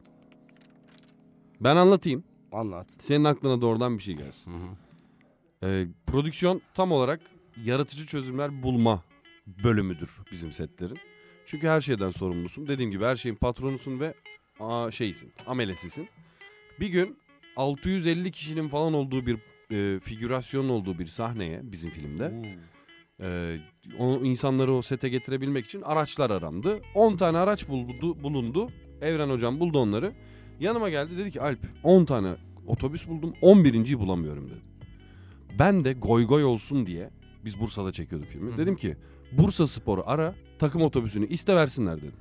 Ben anlatayım. Anlat. Senin aklına doğrudan bir şey gelsin. Hı hı. Ee, prodüksiyon tam olarak yaratıcı çözümler bulma bölümüdür bizim setlerin. Çünkü her şeyden sorumlusun. Dediğim gibi her şeyin patronusun ve aa, şeysin, amelesisin. Bir gün altı yüz elli kişinin falan olduğu bir e, figürasyonun olduğu bir sahneye bizim filmde e, o insanları o sete getirebilmek için araçlar arandı. on tane araç buldu, bulundu. Evren hocam buldu onları. Yanıma geldi dedi ki Alp on tane otobüs buldum on birinciyi bulamıyorum dedi. Ben de goy goy olsun diye biz Bursa'da çekiyorduk filmi. Hı. Dedim ki Bursa Spor'u ara takım otobüsünü iste versinler dedim.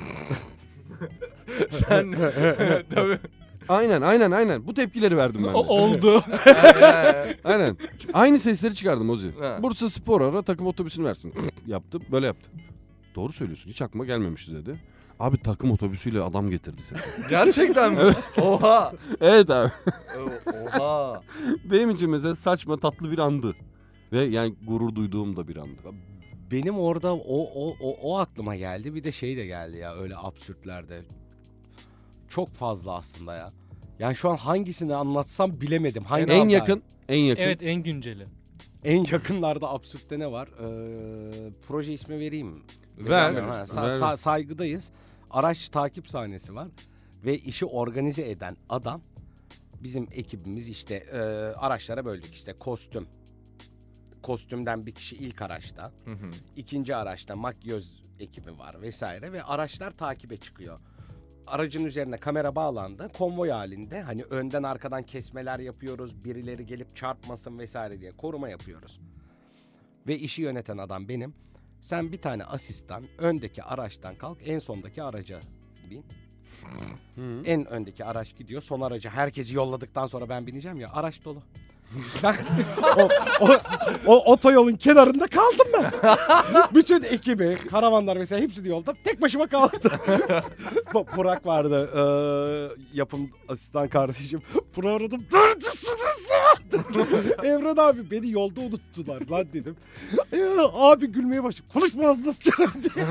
Sen tabii. Aynen aynen aynen bu tepkileri verdim ben de. O oldu. Aynen. Aynı sesleri çıkardım Ozi. Ha. Bursa Spor ara takım otobüsünü versin. yaptı böyle yaptı. Doğru söylüyorsun hiç aklıma gelmemişti dedi. Abi takım otobüsüyle adam getirdi seni. Gerçekten mi? Oha. Evet abi. Oha. Benim için mesela saçma tatlı bir andı. Ve yani gurur duyduğum da bir andı. Benim orada o, o, o, o aklıma geldi. Bir de şey de geldi ya öyle absürtlerde. Çok fazla aslında ya. Yani şu an hangisini anlatsam bilemedim. Hangi En anda- yakın, en yakın. Evet en günceli. En yakınlarda absürtte ne var? Ee, proje ismi vereyim mi? Ver. Bilmiyorum, ha, sa- Ver. sa- saygıdayız. Araç takip sahnesi var. Ve işi organize eden adam bizim ekibimiz işte e, araçlara böldük işte kostüm. Kostümden bir kişi ilk araçta. Hı hı. İkinci araçta makyöz ekibi var vesaire ve araçlar takibe çıkıyor. Aracın üzerine kamera bağlandı. Konvoy halinde hani önden arkadan kesmeler yapıyoruz. Birileri gelip çarpmasın vesaire diye koruma yapıyoruz. Ve işi yöneten adam benim. Sen bir tane asistan öndeki araçtan kalk en sondaki araca bin. Hı. En öndeki araç gidiyor. Son aracı herkesi yolladıktan sonra ben bineceğim ya araç dolu. Ben o, o, o otoyolun kenarında kaldım ben. Bütün ekibi, karavanlar mesela hepsi de yolda. Tek başıma kaldım. Burak vardı, e, yapım asistan kardeşim. Burak'ı aradım. Neredesiniz lan? Evren abi beni yolda unuttular lan dedim. Ya, abi gülmeye başladı. Konuşma ağzına sıçarım diye.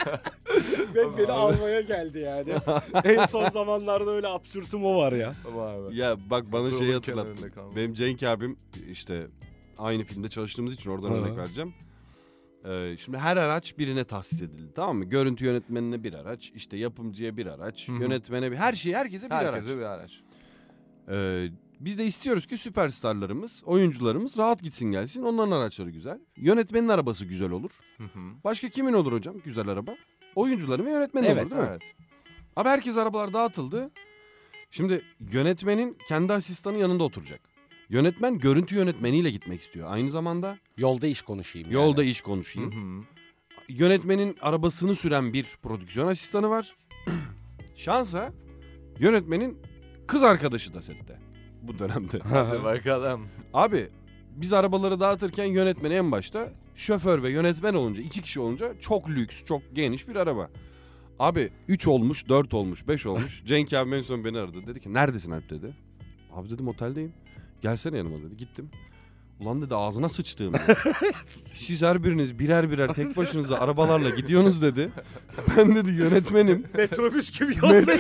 Ben beni almaya geldi yani. En son zamanlarda öyle absürtüm o var ya. Ya bak bana Otoyolun şey hatırlattı. kenarında kalmak. Benim Cenk abim işte aynı filmde çalıştığımız için oradan Hı. örnek vereceğim. Ee, şimdi her araç birine tahsis edildi, tamam mı? Görüntü yönetmenine bir araç, işte yapımcıya bir araç, Hı hı. yönetmene bir, her şey herkese bir araç. Herkese bir araç. Ee, biz de istiyoruz ki süperstarlarımız, oyuncularımız rahat gitsin gelsin. Onların araçları güzel. Yönetmenin arabası güzel olur. Hı hı. Başka kimin olur hocam güzel araba? Oyuncuların ve yönetmenin Evet, olur değil mi? Evet. Abi herkes arabalar dağıtıldı. Şimdi yönetmenin kendi asistanı yanında oturacak. Yönetmen görüntü yönetmeniyle gitmek istiyor. Aynı zamanda Yolda iş konuşayım. yolda yani. iş konuşayım. Hı hı. Yönetmenin arabasını süren bir prodüksiyon asistanı var. Şansa yönetmenin kız arkadaşı da sette bu dönemde. Hadi bakalım. Abi biz arabaları dağıtırken yönetmeni en başta, şoför ve yönetmen olunca, iki kişi olunca çok lüks, çok geniş bir araba. Abi üç olmuş, dört olmuş, beş olmuş. Cenk abi en son beni aradı. Dedi ki neredesin Alp dedi. Abi dedim oteldeyim. Gelsene yanıma dedi. Gittim. Ulan dedi ağzına sıçtığım dedi. Siz her biriniz birer birer tek başınıza arabalarla gidiyorsunuz dedi. Ben dedi yönetmenim. Metrobüs gibi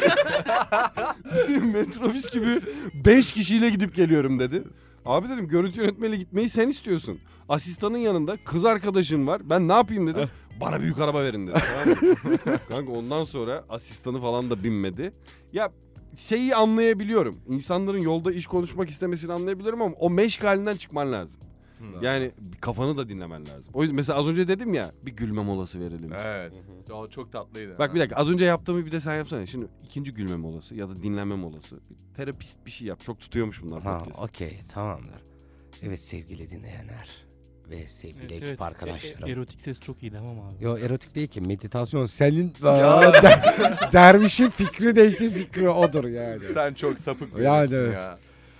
Met- Metrobüs gibi beş kişiyle gidip geliyorum dedi. Abi dedim görüntü yönetmeniyle gitmeyi sen istiyorsun. Asistanın yanında kız arkadaşın var. Ben ne yapayım dedim. Bana büyük araba verin dedi. Tamam mı? Kanka ondan sonra asistanı falan da binmedi. Ya şeyi anlayabiliyorum. İnsanların yolda iş konuşmak istemesini anlayabiliyorum ama o meşgalinden çıkman lazım. Yani kafanı da dinlemen lazım. O yüzden mesela az önce dedim ya bir gülme molası verelim. Evet. O çok tatlıydı. Bak bir dakika az önce yaptığımı bir de sen yapsana. Şimdi ikinci gülme molası ya da dinlenme molası. Bir terapist bir şey yap. Çok tutuyormuş bunlar Ha, podcast. okey, tamamdır. Evet sevgili dinleyenler ve sevgili Evet, ekip evet. arkadaşlarım. E- erotik ses çok iyi tamam abi. Yo erotik değil ki, meditasyon. Senin Aa, der- dervişin fikri neyse zikri odur yani. Sen çok sapık bir Yani herifsin evet. ya.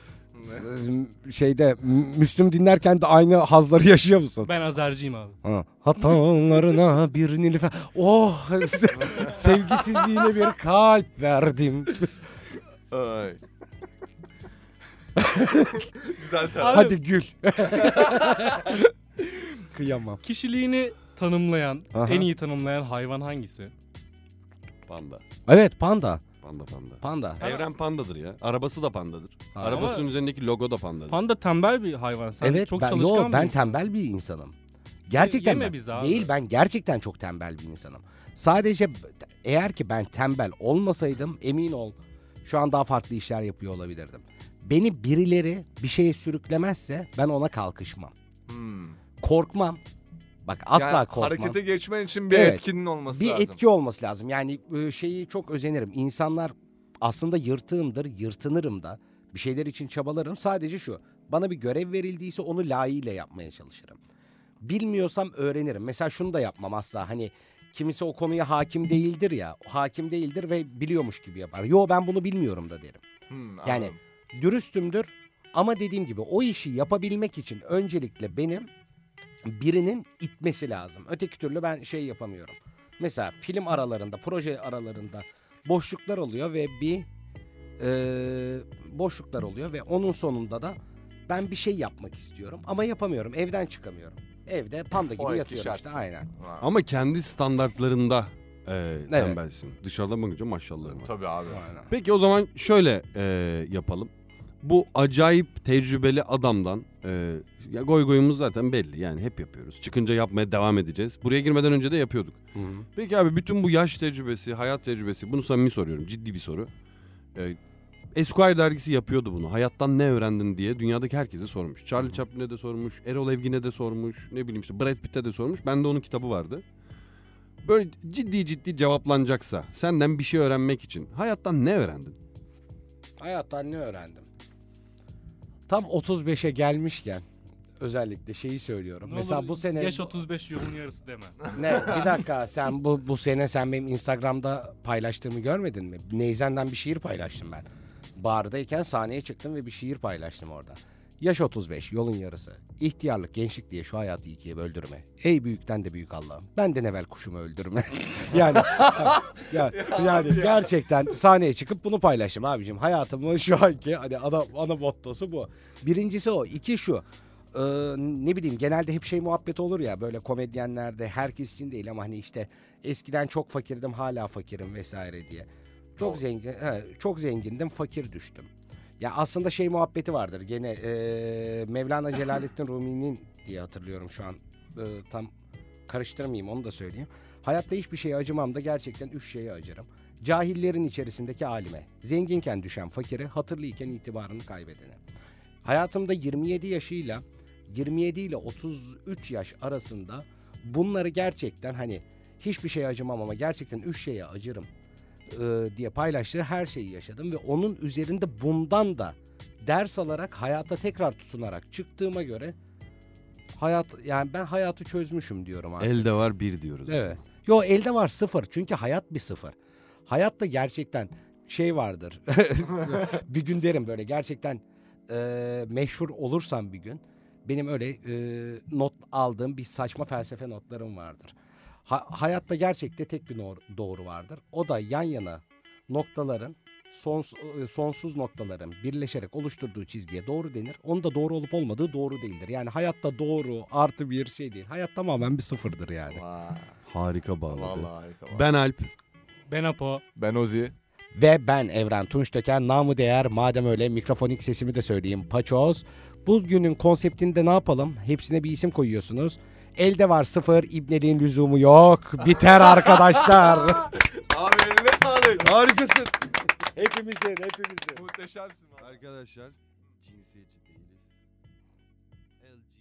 Şeyde M- Müslüm dinlerken de aynı hazları yaşıyor musun? Ben Azerciyim abi. Ha. Hatalarına bir nilüfer. Oh se- sevgisizliğine bir kalp verdim. Ay. Güzel taraf. Abi- Hadi gül. Kıyamam. Kişiliğini tanımlayan, Aha. en iyi tanımlayan hayvan hangisi? Panda. Evet panda. Panda panda. Panda. Evren pandadır ya. Arabası da pandadır. Ha. Arabasının Ama- üzerindeki logo da pandadır. Panda tembel bir hayvan. Sen Evet çok ben, çalışkan yo, bir ben insan. tembel bir insanım. Gerçekten Yeme ben, bizi abi. değil ben gerçekten çok tembel bir insanım. Sadece eğer ki ben tembel olmasaydım emin ol şu an daha farklı işler yapıyor olabilirdim. Beni birileri bir şeye sürüklemezse ben ona kalkışmam. Hmm. Korkmam. Bak asla Yani korkmam. harekete geçmen için bir Evet. etkinin olması Bir lazım. etki olması lazım. Yani e, şeyi çok özenirim. İnsanlar aslında yırtığımdır, yırtınırım da. Bir şeyler için çabalarım. Sadece şu. Bana bir görev verildiyse onu layığıyla yapmaya çalışırım. Bilmiyorsam öğrenirim. Mesela şunu da yapmam asla. Hani kimisi o konuya hakim değildir ya. Hakim değildir ve biliyormuş gibi yapar. Yo ben bunu bilmiyorum da derim. Hmm, Yani anladım. dürüstümdür. Ama dediğim gibi o işi yapabilmek için öncelikle benim birinin itmesi lazım. Öteki türlü ben şey yapamıyorum. Mesela film aralarında, proje aralarında boşluklar oluyor ve bir e, boşluklar oluyor ve onun sonunda da ben bir şey yapmak istiyorum ama yapamıyorum. Evden çıkamıyorum. Evde panda gibi O iki yatıyorum şart. işte aynen. Ha. Ama kendi standartlarında e, tembelsin. Dışarıdan bakınca maşallah var. Tabii abi. Aynen. Peki o zaman şöyle e, yapalım. Bu acayip tecrübeli adamdan e, ya goy goyumuz zaten belli yani hep yapıyoruz. Çıkınca yapmaya devam edeceğiz. Buraya girmeden önce de yapıyorduk. Hı hı. Peki abi bütün bu yaş tecrübesi, hayat tecrübesi bunu samimi soruyorum. Ciddi bir soru. E, Esquire dergisi yapıyordu bunu. Hayattan ne öğrendin diye dünyadaki herkese sormuş. Charlie Chaplin'e de sormuş, Errol Evgin'e de sormuş, ne bileyim işte Brad Pitt'e de sormuş. Bende onun kitabı vardı. Böyle ciddi ciddi cevaplanacaksa senden bir şey öğrenmek için hayattan ne öğrendin? Hayattan ne öğrendim? Tam otuz beşe gelmişken özellikle şeyi söylüyorum. Ne Mesela olur, bu sene yaş otuz beş yolun yarısı deme. ne bir dakika sen bu bu sene sen benim Instagram'da paylaştığımı görmedin mi? Neyzen'den bir şiir paylaştım ben. Bardayken sahneye çıktım ve bir şiir paylaştım orada. Yaş otuz beş, yolun yarısı. İhtiyarlık, gençlik diye şu hayatı ikiye böldürme. Ey büyükten de büyük Allah'ım. Benden evvel kuşumu öldürme. yani ya, yani gerçekten sahneye çıkıp bunu paylaştım abicim. Hayatımın şu anki hani ana, ana mottosu bu. Birincisi o. İki şu. Ee, ne bileyim genelde hep şey muhabbeti olur ya böyle komedyenlerde, herkes için değil ama hani işte eskiden çok fakirdim hala fakirim vesaire diye. Çok Doğru. zengin, he, çok zengindim, fakir düştüm. Ya aslında şey muhabbeti vardır gene e, Mevlana Celaleddin Rumi'nin diye hatırlıyorum şu an. E, tam karıştırmayayım onu da söyleyeyim. Hayatta hiçbir şeye acımam da gerçekten üç şeye acırım. Cahillerin içerisindeki alime, zenginken düşen fakire, hatırlıyken itibarını kaybedene. Hayatımda yirmi yedi yaşıyla yirmi yedi ile otuz üç yaş arasında bunları gerçekten hani hiçbir şeye acımam ama gerçekten üç şeye acırım e, diye paylaştığı her şeyi yaşadım ve onun üzerinde bundan da ders alarak hayata tekrar tutunarak çıktığıma göre hayat yani ben hayatı çözmüşüm diyorum abi. Elde var bir diyoruz. Evet. Yo elde var sıfır çünkü hayat bir sıfır. Hayatta gerçekten şey vardır. Bir gün derim böyle gerçekten e, meşhur olursam bir gün benim öyle e, not aldığım bir saçma felsefe notlarım vardır. Ha, hayatta gerçekte tek bir no- doğru vardır. O da yan yana noktaların sons, e, sonsuz noktaların birleşerek oluşturduğu çizgiye doğru denir. Onun da doğru olup olmadığı doğru değildir. Yani hayatta doğru artı bir şey değil. Hayat tamamen bir sıfırdır yani. Vay. Harika bağladı. Vallahi harika. Ben Alp. Ben Apo. Ben Ozi. Ve ben Evren Tunçtöken, namı değer madem öyle mikrofonik sesimi de söyleyeyim Paçoz. Bugünün konseptinde ne yapalım? Hepsine bir isim koyuyorsunuz. Elde var sıfır, ibneliğin lüzumu yok. Biter arkadaşlar. Abi eline sağlık. Harikasın. hepimizin, hepimizin. Muhteşemsin. Arkadaşlar cinsiyetçi değiliz. L G